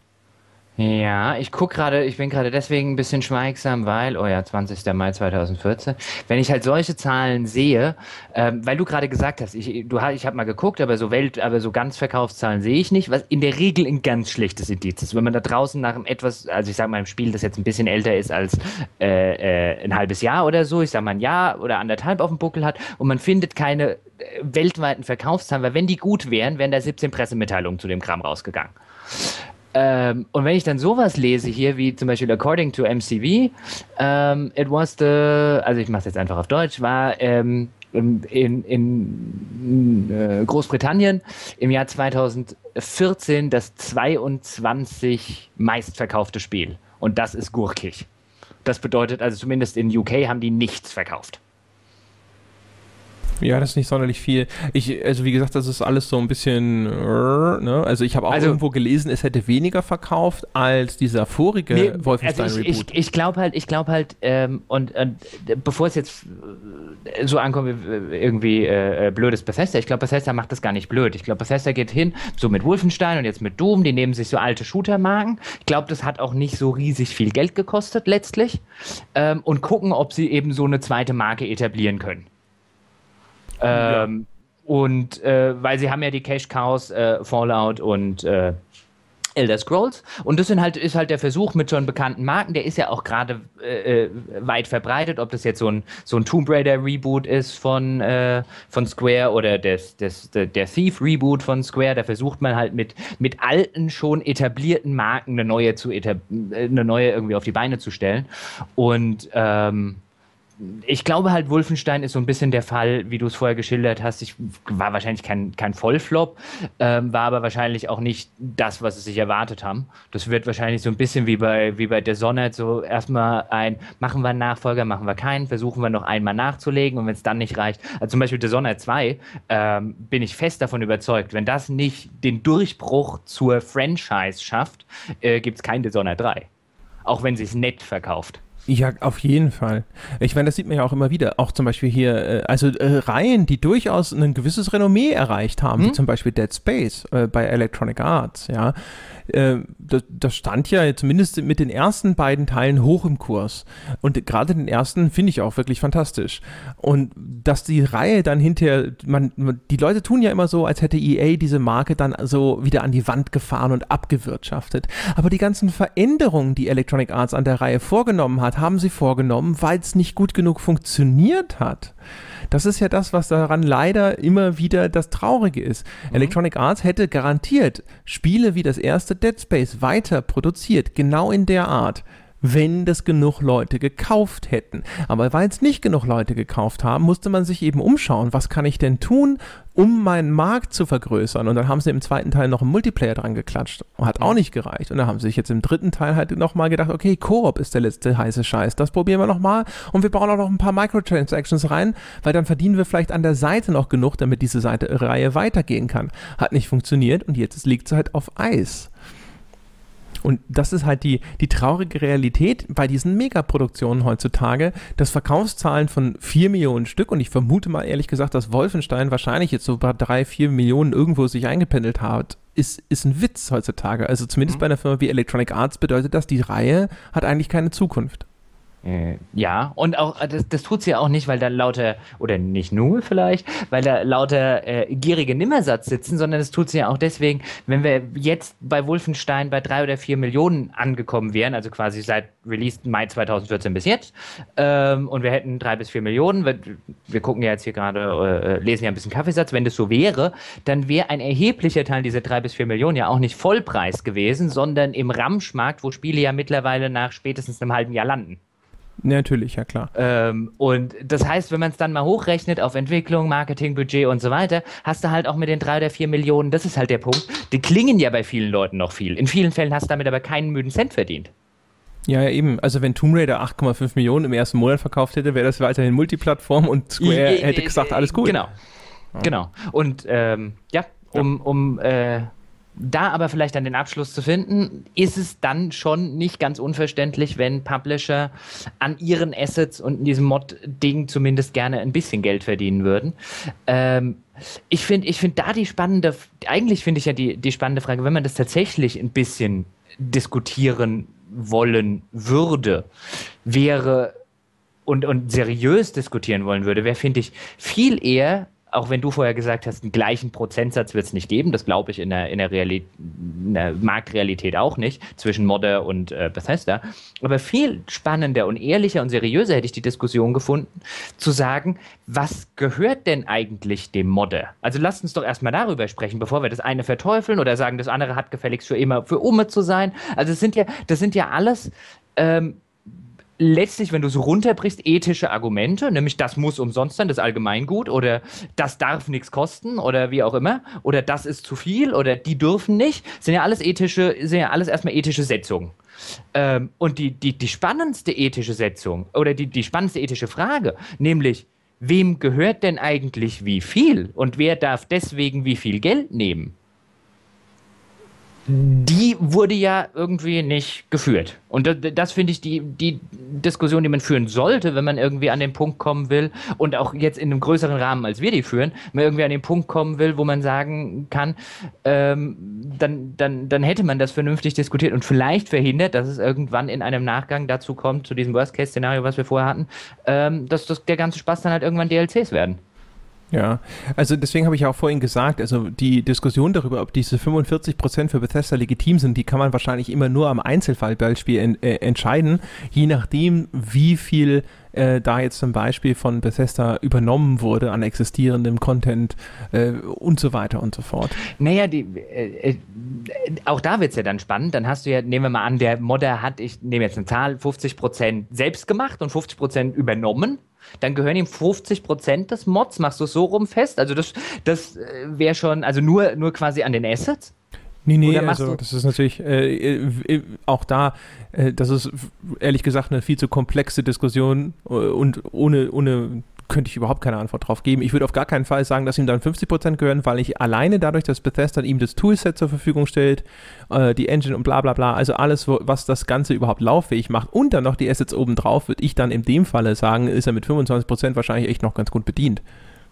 Ja, ich gucke gerade, ich bin gerade deswegen ein bisschen schweigsam, weil, oh ja, zwanzigster Mai zweitausendvierzehn, wenn ich halt solche Zahlen sehe, ähm, weil du gerade gesagt hast, ich, du, ich habe mal geguckt, aber so Welt, aber so ganz Verkaufszahlen sehe ich nicht, was in der Regel ein ganz schlechtes Indiz ist. Wenn man da draußen nach einem etwas, also ich sage mal, einem Spiel, das jetzt ein bisschen älter ist als äh, äh, ein halbes Jahr oder so, ich sage mal ein Jahr oder anderthalb auf dem Buckel hat und man findet keine äh, weltweiten Verkaufszahlen, weil wenn die gut wären, wären da siebzehn Pressemitteilungen zu dem Kram rausgegangen. Ähm, und wenn ich dann sowas lese hier, wie zum Beispiel according to M C V, ähm, it was the, also ich mache es jetzt einfach auf Deutsch, war ähm, in, in, in äh, Großbritannien im Jahr zweitausendvierzehn das zweiundzwanzig meistverkaufte Spiel. Und das ist gurkig. Das bedeutet, also zumindest in U K haben die nichts verkauft. Ja, das ist nicht sonderlich viel. Ich, also wie gesagt, das ist alles so ein bisschen, ne? Also ich habe auch also, irgendwo gelesen, es hätte weniger verkauft als dieser vorige nee, Wolfenstein-Reboot. Also ich, ich, ich glaube halt, ich glaube halt, ähm, und, und bevor es jetzt so ankommt, irgendwie äh, blödes Bethesda, ich glaube, Bethesda macht das gar nicht blöd. Ich glaube, Bethesda geht hin, so mit Wolfenstein und jetzt mit Doom, die nehmen sich so alte Shooter-Marken. Ich glaube, das hat auch nicht so riesig viel Geld gekostet letztlich ähm, und gucken, ob sie eben so eine zweite Marke etablieren können. Ähm, ja. Und äh, weil sie haben ja die Cash-Cows, äh, Fallout und äh, Elder Scrolls und das sind halt, ist halt der Versuch mit schon bekannten Marken, der ist ja auch gerade äh, weit verbreitet, ob das jetzt so ein, so ein Tomb Raider Reboot ist von, äh, von Square oder des, des, der, der Thief Reboot von Square, da versucht man halt mit, mit alten, schon etablierten Marken eine neue, zu etab- eine neue irgendwie auf die Beine zu stellen und ähm, ich glaube halt, Wolfenstein ist so ein bisschen der Fall, wie du es vorher geschildert hast. Ich war wahrscheinlich kein, kein Vollflop, ähm, war aber wahrscheinlich auch nicht das, was sie sich erwartet haben. Das wird wahrscheinlich so ein bisschen wie bei, wie bei Dishonored, so erstmal ein, machen wir einen Nachfolger, machen wir keinen, versuchen wir noch einmal nachzulegen und wenn es dann nicht reicht, also zum Beispiel Dishonored zwei, ähm, bin ich fest davon überzeugt, wenn das nicht den Durchbruch zur Franchise schafft, äh, gibt es kein Dishonored drei. Auch wenn sie es nett verkauft. Ja, auf jeden Fall. Ich meine, das sieht man ja auch immer wieder. Auch zum Beispiel hier, äh, also äh, Reihen, die durchaus ein gewisses Renommee erreicht haben, hm? wie zum Beispiel Dead Space äh, bei Electronic Arts, ja. Äh, das, das stand ja zumindest mit den ersten beiden Teilen hoch im Kurs. Und gerade den ersten finde ich auch wirklich fantastisch. Und dass die Reihe dann hinterher, man, die Leute tun ja immer so, als hätte E A diese Marke dann so wieder an die Wand gefahren und abgewirtschaftet. Aber die ganzen Veränderungen, die Electronic Arts an der Reihe vorgenommen hat, haben sie vorgenommen, weil es nicht gut genug funktioniert hat. Das ist ja das, was daran leider immer wieder das Traurige ist. Mhm. Electronic Arts hätte garantiert Spiele wie das erste Dead Space weiter produziert, genau in der Art, wenn das genug Leute gekauft hätten. Aber weil es nicht genug Leute gekauft haben, musste man sich eben umschauen, was kann ich denn tun, um meinen Markt zu vergrößern. Und dann haben sie im zweiten Teil noch einen Multiplayer dran geklatscht. Hat auch nicht gereicht. Und dann haben sie sich jetzt im dritten Teil halt nochmal gedacht, okay, Koop ist der letzte heiße Scheiß. Das probieren wir nochmal. Und wir bauen auch noch ein paar Microtransactions rein, weil dann verdienen wir vielleicht an der Seite noch genug, damit diese Seite, Reihe weitergehen kann. Hat nicht funktioniert und jetzt liegt sie halt auf Eis. Und das ist halt die, die traurige Realität bei diesen Megaproduktionen heutzutage, dass Verkaufszahlen von vier Millionen Stück, und ich vermute mal ehrlich gesagt, dass Wolfenstein wahrscheinlich jetzt so bei drei, vier Millionen irgendwo sich eingependelt hat, ist, ist ein Witz heutzutage. Also zumindest mhm. bei einer Firma wie Electronic Arts bedeutet das, die Reihe hat eigentlich keine Zukunft. Äh, ja, und auch, das, das tut sie ja auch nicht, weil da lauter, oder nicht nur vielleicht, weil da lauter äh, gierige Nimmersatz sitzen, sondern das tut sie ja auch deswegen, wenn wir jetzt bei Wolfenstein bei drei oder vier Millionen angekommen wären, also quasi seit Release Mai zweitausendvierzehn bis jetzt, ähm, und wir hätten drei bis vier Millionen, wir, wir gucken ja jetzt hier gerade, äh, lesen ja ein bisschen Kaffeesatz, wenn das so wäre, dann wäre ein erheblicher Teil dieser drei bis vier Millionen ja auch nicht Vollpreis gewesen, sondern im Ramschmarkt, wo Spiele ja mittlerweile nach spätestens einem halben Jahr landen. Natürlich, ja klar. Ähm, und das heißt, wenn man es dann mal hochrechnet auf Entwicklung, Marketingbudget und so weiter, hast du halt auch mit den drei oder vier Millionen, das ist halt der Punkt, die klingen ja bei vielen Leuten noch viel. In vielen Fällen hast du damit aber keinen müden Cent verdient. Ja, ja, eben. Also wenn Tomb Raider acht Komma fünf Millionen im ersten Monat verkauft hätte, wäre das weiterhin Multiplattform und Square I, hätte gesagt, alles cool. Genau, ja. genau. Und ähm, ja, um, um äh, da aber vielleicht dann den Abschluss zu finden, ist es dann schon nicht ganz unverständlich, wenn Publisher an ihren Assets und in diesem Mod-Ding zumindest gerne ein bisschen Geld verdienen würden. Ähm, ich finde ich find da die spannende, eigentlich finde ich ja die, die spannende Frage, wenn man das tatsächlich ein bisschen diskutieren wollen würde, wäre und, und seriös diskutieren wollen würde, wäre, finde ich, viel eher, auch wenn du vorher gesagt hast, einen gleichen Prozentsatz wird es nicht geben, das glaube ich in der, in, der Realität, in der Marktrealität auch nicht, zwischen Modder und äh, Bethesda, aber viel spannender und ehrlicher und seriöser hätte ich die Diskussion gefunden, zu sagen, was gehört denn eigentlich dem Modder? Also lasst uns doch erstmal darüber sprechen, bevor wir das eine verteufeln oder sagen, das andere hat gefälligst für immer, für Umme zu sein. Also es sind ja, das sind ja alles ähm, letztlich, wenn du so runterbrichst, ethische Argumente, nämlich das muss umsonst sein, das Allgemeingut, oder das darf nichts kosten oder wie auch immer, oder das ist zu viel oder die dürfen nicht, sind ja alles ethische, sind ja alles erstmal ethische Setzungen. Ähm, und die, die, die spannendste ethische Setzung oder die, die spannendste ethische Frage, nämlich wem gehört denn eigentlich wie viel und wer darf deswegen wie viel Geld nehmen? Die wurde ja irgendwie nicht geführt. Und das, das finde ich die, die Diskussion, die man führen sollte, wenn man irgendwie an den Punkt kommen will und auch jetzt in einem größeren Rahmen, als wir die führen, man irgendwie an den Punkt kommen will, wo man sagen kann, ähm, dann, dann, dann hätte man das vernünftig diskutiert und vielleicht verhindert, dass es irgendwann in einem Nachgang dazu kommt, zu diesem Worst-Case-Szenario, was wir vorher hatten, ähm, dass das, der ganze Spaß dann halt irgendwann D L Cs werden. Ja, also deswegen habe ich ja auch vorhin gesagt, also die Diskussion darüber, ob diese fünfundvierzig Prozent für Bethesda legitim sind, die kann man wahrscheinlich immer nur am Einzelfallbeispiel en, äh, entscheiden, je nachdem, wie viel äh, da jetzt zum Beispiel von Bethesda übernommen wurde an existierendem Content äh, und so weiter und so fort. Naja, die, äh, äh, auch da wird es ja dann spannend, dann hast du ja, nehmen wir mal an, der Modder hat, ich nehme jetzt eine Zahl, fünfzig Prozent selbst gemacht und fünfzig Prozent übernommen. Dann gehören ihm fünfzig Prozent des Mods. Machst du es so rum fest? Also das, das wäre schon, also nur, nur quasi an den Assets? Nee, nee, also das ist natürlich äh, äh, auch da, äh, das ist ehrlich gesagt eine viel zu komplexe Diskussion äh, und ohne, ohne könnte ich überhaupt keine Antwort drauf geben. Ich würde auf gar keinen Fall sagen, dass ihm dann fünfzig Prozent gehören, weil ich alleine dadurch, dass Bethesda ihm das Toolset zur Verfügung stellt, äh, die Engine und bla bla bla, also alles, wo, was das Ganze überhaupt lauffähig macht und dann noch die Assets obendrauf, würde ich dann in dem Falle sagen, ist er mit fünfundzwanzig Prozent wahrscheinlich echt noch ganz gut bedient.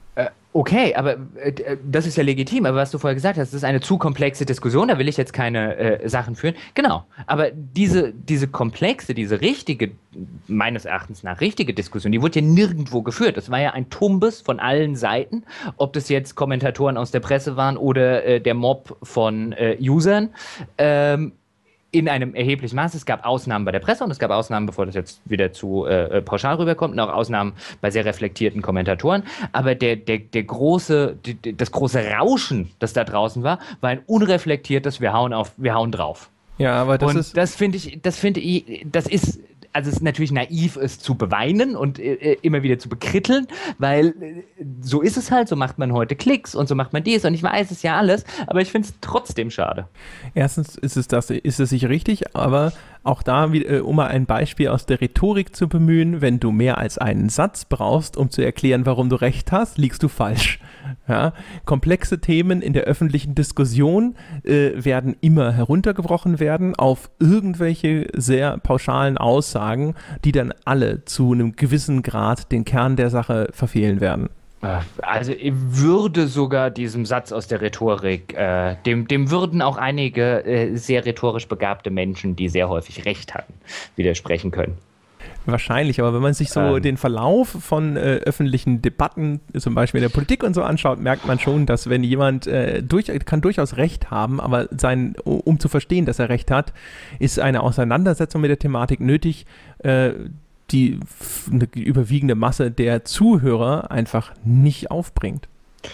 Okay, aber äh, das ist ja legitim, aber was du vorher gesagt hast, das ist eine zu komplexe Diskussion, da will ich jetzt keine äh, Sachen führen. Genau, aber diese, diese komplexe, diese richtige, meines Erachtens nach richtige Diskussion, die wurde ja nirgendwo geführt. Das war ja ein Tumbes von allen Seiten, ob das jetzt Kommentatoren aus der Presse waren oder äh, der Mob von äh, Usern. Ähm, in einem erheblichen Maß. Es gab Ausnahmen bei der Presse und es gab Ausnahmen, bevor das jetzt wieder zu äh, pauschal rüberkommt, und auch Ausnahmen bei sehr reflektierten Kommentatoren. Aber der, der, der große, die, das große Rauschen, das da draußen war, war ein unreflektiertes, wir hauen auf, wir hauen drauf. Ja, aber das und ist... das finde ich, das finde ich, das ist... Also es ist natürlich naiv, es zu beweinen und äh, immer wieder zu bekritteln, weil äh, so ist es halt, so macht man heute Klicks und so macht man dies und ich weiß es ja alles, aber ich finde es trotzdem schade. Erstens ist es das, ist es sicher richtig, aber auch da, wie, um mal ein Beispiel aus der Rhetorik zu bemühen, wenn du mehr als einen Satz brauchst, um zu erklären, warum du recht hast, liegst du falsch. Ja? Komplexe Themen in der öffentlichen Diskussion äh, werden immer heruntergebrochen werden auf irgendwelche sehr pauschalen Aussagen, die dann alle zu einem gewissen Grad den Kern der Sache verfehlen werden. Also ich würde sogar diesem Satz aus der Rhetorik, äh, dem, dem würden auch einige äh, sehr rhetorisch begabte Menschen, die sehr häufig Recht hatten, widersprechen können. Wahrscheinlich, aber wenn man sich so ähm. den Verlauf von äh, öffentlichen Debatten, zum Beispiel in der Politik und so anschaut, merkt man schon, dass wenn jemand äh, durch, kann durchaus Recht haben, aber sein, um zu verstehen, dass er Recht hat, ist eine Auseinandersetzung mit der Thematik nötig, äh, die eine überwiegende Masse der Zuhörer einfach nicht aufbringt.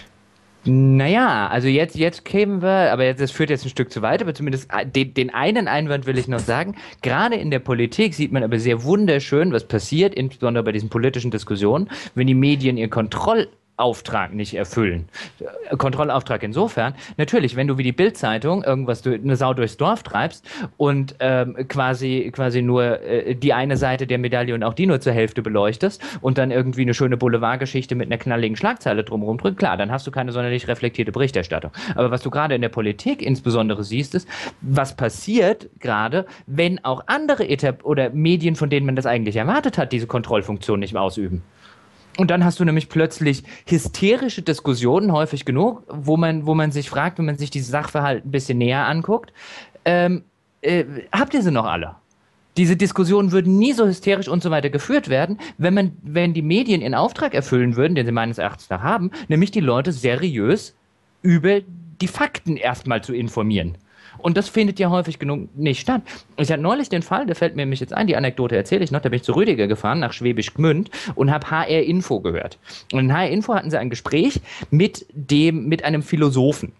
Naja, also jetzt, jetzt kämen wir, aber jetzt, das führt jetzt ein Stück zu weit, aber zumindest den, den einen Einwand will ich noch sagen. Gerade in der Politik sieht man aber sehr wunderschön, was passiert, insbesondere bei diesen politischen Diskussionen, wenn die Medien ihr Kontroll Auftrag nicht erfüllen. Kontrollauftrag insofern, natürlich, wenn du wie die Bild-Zeitung irgendwas, du, eine Sau durchs Dorf treibst und ähm, quasi, quasi nur äh, die eine Seite der Medaille und auch die nur zur Hälfte beleuchtest und dann irgendwie eine schöne Boulevardgeschichte mit einer knalligen Schlagzeile drumherum drückst, klar, dann hast du keine sonderlich reflektierte Berichterstattung. Aber was du gerade in der Politik insbesondere siehst, ist, was passiert gerade, wenn auch andere Etab- oder Medien, von denen man das eigentlich erwartet hat, diese Kontrollfunktion nicht mehr ausüben. Und dann hast du nämlich plötzlich hysterische Diskussionen, häufig genug, wo man, wo man sich fragt, wenn man sich dieses Sachverhalt ein bisschen näher anguckt, ähm, äh, habt ihr sie noch alle? Diese Diskussionen würden nie so hysterisch und so weiter geführt werden, wenn man, wenn die Medien ihren Auftrag erfüllen würden, den sie meines Erachtens nach haben, nämlich die Leute seriös über die Fakten erstmal zu informieren. Und das findet ja häufig genug nicht statt. Ich hatte neulich den Fall, der fällt mir nämlich jetzt ein, die Anekdote erzähle ich noch, da bin ich zu Rüdiger gefahren, nach Schwäbisch Gmünd und habe H R Info gehört. Und in H R Info hatten sie ein Gespräch mit dem, mit einem Philosophen.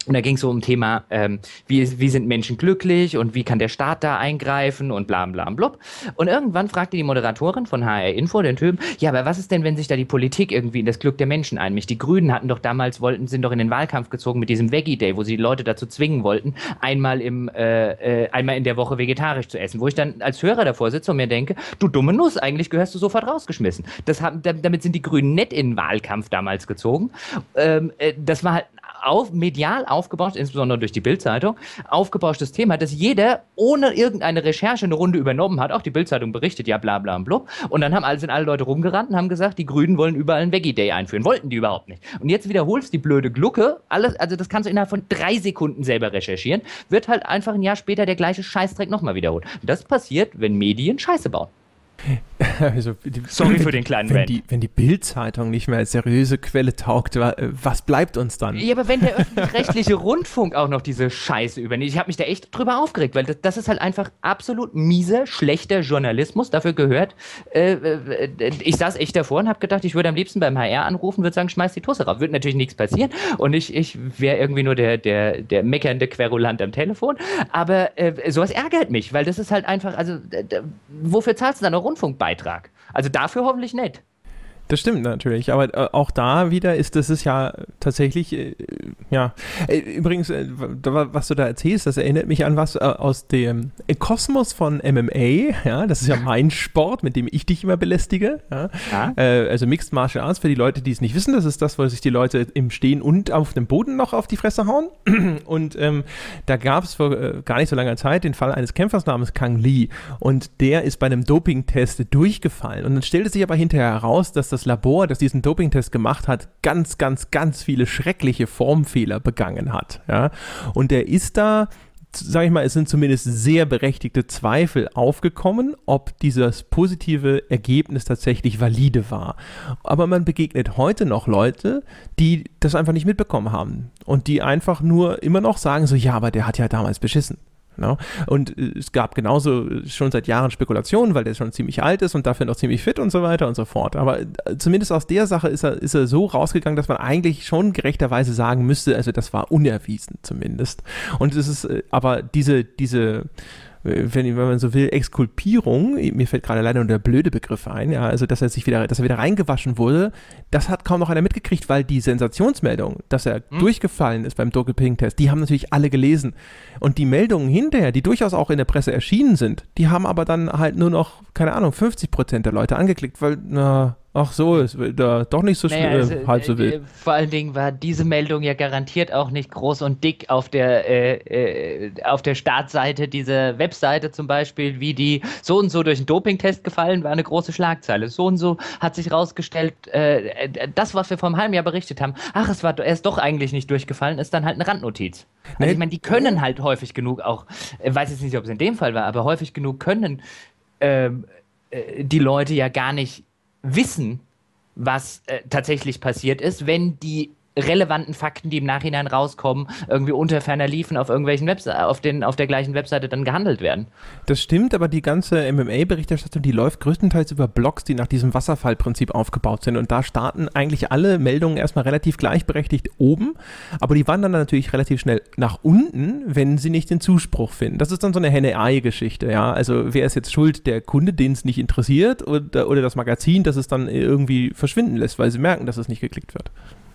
Und da ging es so um Thema, ähm, wie, wie sind Menschen glücklich und wie kann der Staat da eingreifen und bla bla blub. Und irgendwann fragte die Moderatorin von H R Info den Typen, ja, aber was ist denn, wenn sich da die Politik irgendwie in das Glück der Menschen einmischt? Die Grünen hatten doch damals, wollten, sind doch in den Wahlkampf gezogen mit diesem Veggie Day, wo sie die Leute dazu zwingen wollten, einmal, im, äh, äh, einmal in der Woche vegetarisch zu essen. Wo ich dann als Hörer davor sitze und mir denke, du dumme Nuss, eigentlich gehörst du sofort rausgeschmissen. Das haben, damit sind die Grünen nicht in den Wahlkampf damals gezogen. Ähm, äh, das war halt Auf, medial aufgebaut, insbesondere durch die Bild-Zeitung, aufgebauschtes Thema, dass jeder ohne irgendeine Recherche eine Runde übernommen hat. Auch die Bild-Zeitung berichtet, ja bla bla blub. Und dann haben alle, sind alle Leute rumgerannt und haben gesagt, die Grünen wollen überall einen Veggie-Day einführen. Wollten die überhaupt nicht. Und jetzt wiederholst die blöde Glucke, alles, also das kannst du innerhalb von drei Sekunden selber recherchieren, wird halt einfach ein Jahr später der gleiche Scheißdreck nochmal wiederholt. Und das passiert, wenn Medien Scheiße bauen. Also, die, Sorry für den kleinen wenn Rant. die, wenn die Bild-Zeitung nicht mehr als seriöse Quelle taugt, was bleibt uns dann? Ja, aber wenn der öffentlich-rechtliche Rundfunk auch noch diese Scheiße übernimmt, ich habe mich da echt drüber aufgeregt, weil das, das ist halt einfach absolut mieser, schlechter Journalismus. Dafür gehört, äh, äh, ich saß echt davor und habe gedacht, ich würde am liebsten beim H R anrufen, würde sagen, schmeiß die Tusse raus. Wird natürlich nichts passieren und ich, ich wäre irgendwie nur der, der, der meckernde Querulant am Telefon, aber äh, sowas ärgert mich, weil das ist halt einfach, also äh, wofür zahlst du dann noch Rundfunkbeitrag? Also dafür hoffentlich nicht. Das stimmt natürlich, aber äh, auch da wieder ist das ist ja tatsächlich, äh, ja, äh, übrigens, äh, was du da erzählst, das erinnert mich an was äh, aus dem äh, Kosmos von M M A, ja, das ist ja mein Sport, mit dem ich dich immer belästige, ja? Ja. Äh, also Mixed Martial Arts, für die Leute, die es nicht wissen, das ist das, wo sich die Leute im Stehen und auf dem Boden noch auf die Fresse hauen und ähm, da gab es vor äh, gar nicht so langer Zeit den Fall eines Kämpfers namens Kang Lee und der ist bei einem Dopingtest durchgefallen und dann stellte sich aber hinterher heraus, dass das das Labor, das diesen Dopingtest gemacht hat, ganz, ganz, ganz viele schreckliche Formfehler begangen hat. Ja? Und der ist da, sag ich mal, es sind zumindest sehr berechtigte Zweifel aufgekommen, ob dieses positive Ergebnis tatsächlich valide war. Aber man begegnet heute noch Leute, die das einfach nicht mitbekommen haben und die einfach nur immer noch sagen so, ja, aber der hat ja damals beschissen. No? Und äh, es gab genauso schon seit Jahren Spekulationen, weil der schon ziemlich alt ist und dafür noch ziemlich fit und so weiter und so fort. Aber äh, zumindest aus der Sache ist er, ist er so rausgegangen, dass man eigentlich schon gerechterweise sagen müsste, also das war unerwiesen zumindest. Und es ist äh, aber diese, diese Wenn, wenn man so will, Exkulpierung, mir fällt gerade leider nur der blöde Begriff ein, ja, also dass er sich wieder, dass er wieder reingewaschen wurde, das hat kaum noch einer mitgekriegt, weil die Sensationsmeldung, dass er hm. durchgefallen ist beim Doping-Test, die haben natürlich alle gelesen. Und die Meldungen hinterher, die durchaus auch in der Presse erschienen sind, die haben aber dann halt nur noch, keine Ahnung, fünfzig Prozent der Leute angeklickt, weil, na, ach so, ist da doch nicht so naja, schlimm, also, halb so wild. Äh, vor allen Dingen war diese Meldung ja garantiert auch nicht groß und dick auf der, äh, äh, auf der Startseite dieser Webseite zum Beispiel, wie die so und so durch einen Dopingtest gefallen, war eine große Schlagzeile. So und so hat sich rausgestellt, äh, das, was wir vor einem halben Jahr berichtet haben, ach, es war, er ist doch eigentlich nicht durchgefallen, ist dann halt eine Randnotiz. Also nee. Ich meine, die können halt häufig genug auch, ich weiß jetzt nicht, ob es in dem Fall war, aber häufig genug können äh, die Leute ja gar nicht wissen, was äh, tatsächlich passiert ist, wenn die relevanten Fakten, die im Nachhinein rauskommen, irgendwie unter ferner liefen auf irgendwelchen Webseiten, auf, den, auf der gleichen Webseite dann gehandelt werden. Das stimmt, aber die ganze M M A-Berichterstattung, die läuft größtenteils über Blogs, die nach diesem Wasserfallprinzip aufgebaut sind und da starten eigentlich alle Meldungen erstmal relativ gleichberechtigt oben, aber die wandern dann natürlich relativ schnell nach unten, wenn sie nicht den Zuspruch finden. Das ist dann so eine Henne-Ei-Geschichte, ja, also wer ist jetzt schuld? Der Kunde, den es nicht interessiert oder, oder das Magazin, das es dann irgendwie verschwinden lässt, weil sie merken, dass es nicht geklickt wird.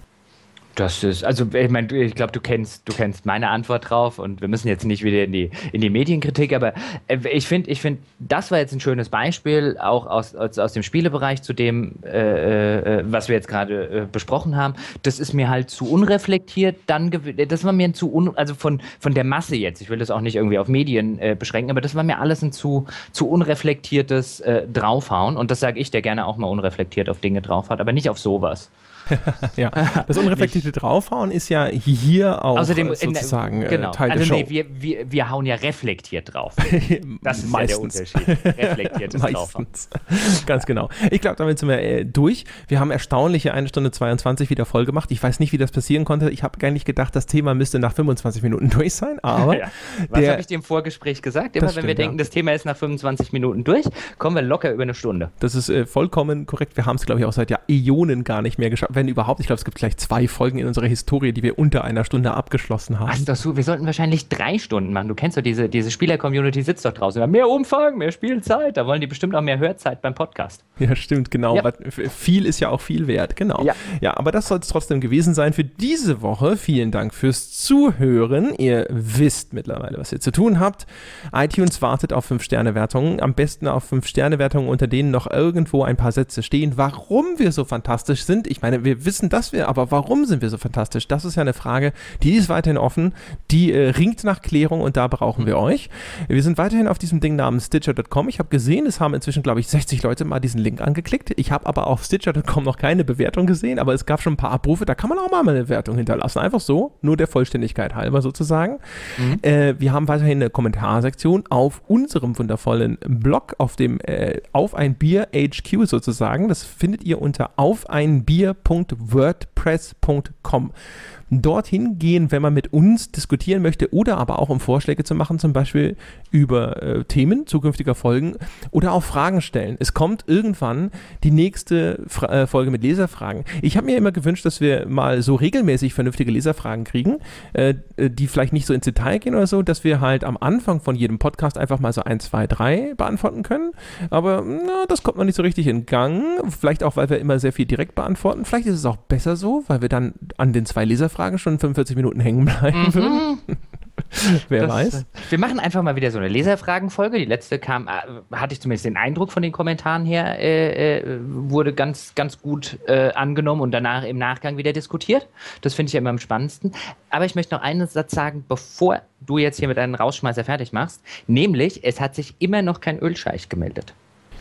Das ist, also ich meine, ich glaube, du kennst, du kennst meine Antwort drauf und wir müssen jetzt nicht wieder in die, in die Medienkritik, aber ich finde, ich finde, das war jetzt ein schönes Beispiel, auch aus, aus, aus dem Spielebereich zu dem, äh, äh, was wir jetzt gerade äh, besprochen haben. Das ist mir halt zu unreflektiert, dann, das war mir ein zu, un, also von, von der Masse jetzt, ich will das auch nicht irgendwie auf Medien äh, beschränken, aber das war mir alles ein zu, zu unreflektiertes äh, Draufhauen und das sage ich, der gerne auch mal unreflektiert auf Dinge draufhaut, aber nicht auf sowas. Ja, das unreflektierte Draufhauen ist ja hier auch Außerdem, sozusagen in, genau. äh, Teil also der Show. Nee, wir, wir, wir hauen ja reflektiert drauf. Das ist Meistens. ja der Unterschied. Reflektiertes Draufhauen. Ganz genau. Ich glaube, damit sind wir äh, durch. Wir haben erstaunliche eine Stunde zweiundzwanzig wieder voll gemacht. Ich weiß nicht, wie das passieren konnte. Ich habe gar nicht gedacht, das Thema müsste nach fünfundzwanzig Minuten durch sein, aber ja. Was habe ich dir im Vorgespräch gesagt? Immer wenn stimmt, wir denken, ja. das Thema ist nach fünfundzwanzig Minuten durch, kommen wir locker über eine Stunde. Das ist äh, vollkommen korrekt. Wir haben es, glaube ich, auch seit ja, Äonen gar nicht mehr geschafft. wenn überhaupt. Ich glaube, es gibt gleich zwei Folgen in unserer Historie, die wir unter einer Stunde abgeschlossen haben. Ach, ist doch so. Wir sollten wahrscheinlich drei Stunden machen. Du kennst doch diese, diese Spieler-Community, sitzt doch draußen. Mehr Umfang, mehr Spielzeit. Da wollen die bestimmt auch mehr Hörzeit beim Podcast. Ja, stimmt, genau. Ja. Viel ist ja auch viel wert, genau. Ja, ja, aber das soll es trotzdem gewesen sein für diese Woche. Vielen Dank fürs Zuhören. Ihr wisst mittlerweile, was ihr zu tun habt. iTunes wartet auf fünf Sterne Wertungen. Am besten auf fünf Sterne Wertungen, unter denen noch irgendwo ein paar Sätze stehen, warum wir so fantastisch sind. Ich meine, wir wissen, dass wir, aber warum sind wir so fantastisch? Das ist ja eine Frage, die ist weiterhin offen, die äh, ringt nach Klärung und da brauchen wir euch. Wir sind weiterhin auf diesem Ding namens Stitcher Punkt com. Ich habe gesehen, es haben inzwischen, glaube ich, sechzig Leute mal diesen Link angeklickt. Ich habe aber auf Stitcher Punkt com noch keine Bewertung gesehen, aber es gab schon ein paar Abrufe, da kann man auch mal eine Bewertung hinterlassen. Einfach so, nur der Vollständigkeit halber sozusagen. Mhm. Äh, wir haben weiterhin eine Kommentarsektion auf unserem wundervollen Blog, auf dem äh, Auf ein Bier H Q sozusagen. Das findet ihr unter auf ein bier punkt wordpress punkt com. Dorthin gehen, wenn man mit uns diskutieren möchte oder aber auch um Vorschläge zu machen, zum Beispiel über äh, Themen zukünftiger Folgen oder auch Fragen stellen. Es kommt irgendwann die nächste Fra- äh, Folge mit Leserfragen. Ich habe mir immer gewünscht, dass wir mal so regelmäßig vernünftige Leserfragen kriegen, äh, die vielleicht nicht so ins Detail gehen oder so, dass wir halt am Anfang von jedem Podcast einfach mal so ein, zwei, drei beantworten können. Aber na, das kommt noch nicht so richtig in Gang. Vielleicht auch, weil wir immer sehr viel direkt beantworten. Vielleicht ist es auch besser so, weil wir dann an den zwei Leserfragen schon fünfundvierzig Minuten hängen bleiben würden. Mhm. Wer das, weiß. Wir machen einfach mal wieder so eine Leserfragenfolge. Die letzte kam, äh, hatte ich zumindest den Eindruck von den Kommentaren her, äh, äh, wurde ganz, ganz gut äh, angenommen und danach im Nachgang wieder diskutiert. Das finde ich ja immer am spannendsten. Aber ich möchte noch einen Satz sagen, bevor du jetzt hier mit deinem Rausschmeißer fertig machst. Nämlich, es hat sich immer noch kein Ölscheich gemeldet.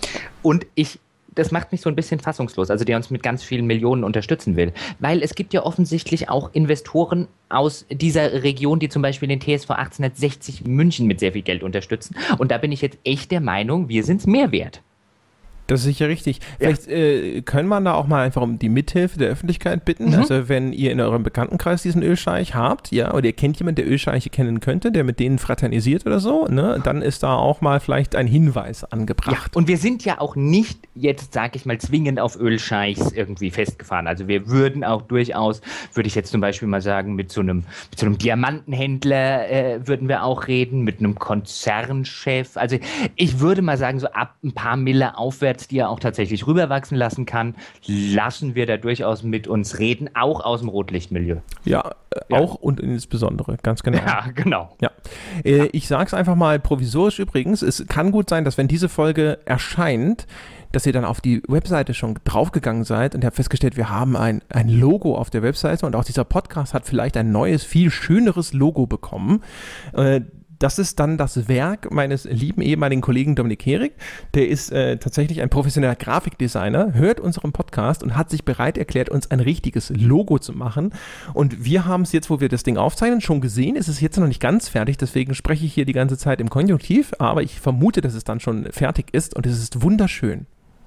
Und ich das macht mich so ein bisschen fassungslos, also der uns mit ganz vielen Millionen unterstützen will. Weil es gibt ja offensichtlich auch Investoren aus dieser Region, die zum Beispiel den T S V achtzehnhundertsechzig München mit sehr viel Geld unterstützen. Und da bin ich jetzt echt der Meinung, wir sind es mehr wert. Das ist sicher richtig. Vielleicht ja. äh, können man da auch mal einfach um die Mithilfe der Öffentlichkeit bitten. Mhm. Also wenn ihr in eurem Bekanntenkreis diesen Ölscheich habt, ja, oder ihr kennt jemanden, der Ölscheiche kennen könnte, der mit denen fraternisiert oder so, ne, dann ist da auch mal vielleicht ein Hinweis angebracht. Ja. Und wir sind ja auch nicht jetzt, sag ich mal, zwingend auf Ölscheichs irgendwie festgefahren. Also wir würden auch durchaus, würde ich jetzt zum Beispiel mal sagen, mit so einem, mit so einem Diamantenhändler äh, würden wir auch reden, mit einem Konzernchef. Also ich würde mal sagen, so ab ein paar Mille aufwärts, die er auch tatsächlich rüberwachsen lassen kann, lassen wir da durchaus mit uns reden, auch aus dem Rotlichtmilieu. Ja, äh, ja. auch und insbesondere, ganz genau. Ja, genau. Ja. Äh, ja. Ich sage es einfach mal provisorisch übrigens, es kann gut sein, dass wenn diese Folge erscheint, dass ihr dann auf die Webseite schon draufgegangen seid und ihr habt festgestellt, wir haben ein, ein Logo auf der Webseite und auch dieser Podcast hat vielleicht ein neues, viel schöneres Logo bekommen. Äh, Das ist dann das Werk meines lieben ehemaligen Kollegen Dominik Herig. Der ist äh, tatsächlich ein professioneller Grafikdesigner, hört unseren Podcast und hat sich bereit erklärt, uns ein richtiges Logo zu machen. Und wir haben es jetzt, wo wir das Ding aufzeichnen, schon gesehen. Es ist jetzt noch nicht ganz fertig, deswegen spreche ich hier die ganze Zeit im Konjunktiv. Aber ich vermute, dass es dann schon fertig ist und es ist wunderschön.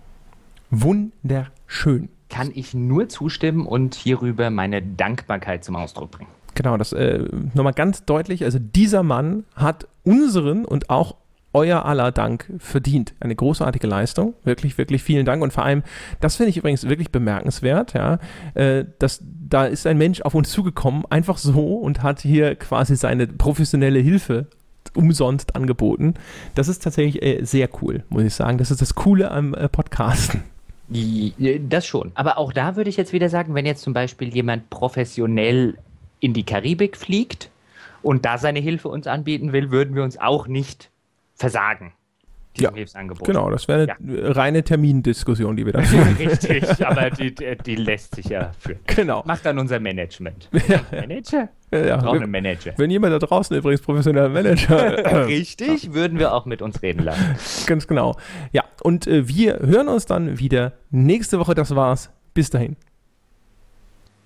Wunderschön. Kann ich nur zustimmen und hierüber meine Dankbarkeit zum Ausdruck bringen. Genau, das äh, nochmal ganz deutlich, also dieser Mann hat unseren und auch euer aller Dank verdient. Eine großartige Leistung, wirklich, wirklich vielen Dank und vor allem, das finde ich übrigens wirklich bemerkenswert, ja, äh, dass da ist ein Mensch auf uns zugekommen, einfach so und hat hier quasi seine professionelle Hilfe umsonst angeboten. Das ist tatsächlich äh, sehr cool, muss ich sagen. Das ist das Coole am äh, Podcasten. Das schon. Aber auch da würde ich jetzt wieder sagen, wenn jetzt zum Beispiel jemand professionell in die Karibik fliegt und da seine Hilfe uns anbieten will, würden wir uns auch nicht versagen. Ja, Hilfsangebot. Genau, das wäre eine ja. reine Termindiskussion, die wir dann führen. Richtig, aber die, die lässt sich ja führen. Genau. Macht dann unser Management. Ja. Manager? Ja, ja. Brauchen einen Manager. Wenn jemand da draußen übrigens professioneller Manager Richtig, ja. würden wir auch mit uns reden lassen. Ganz genau. Ja, und äh, wir hören uns dann wieder nächste Woche. Das war's. Bis dahin.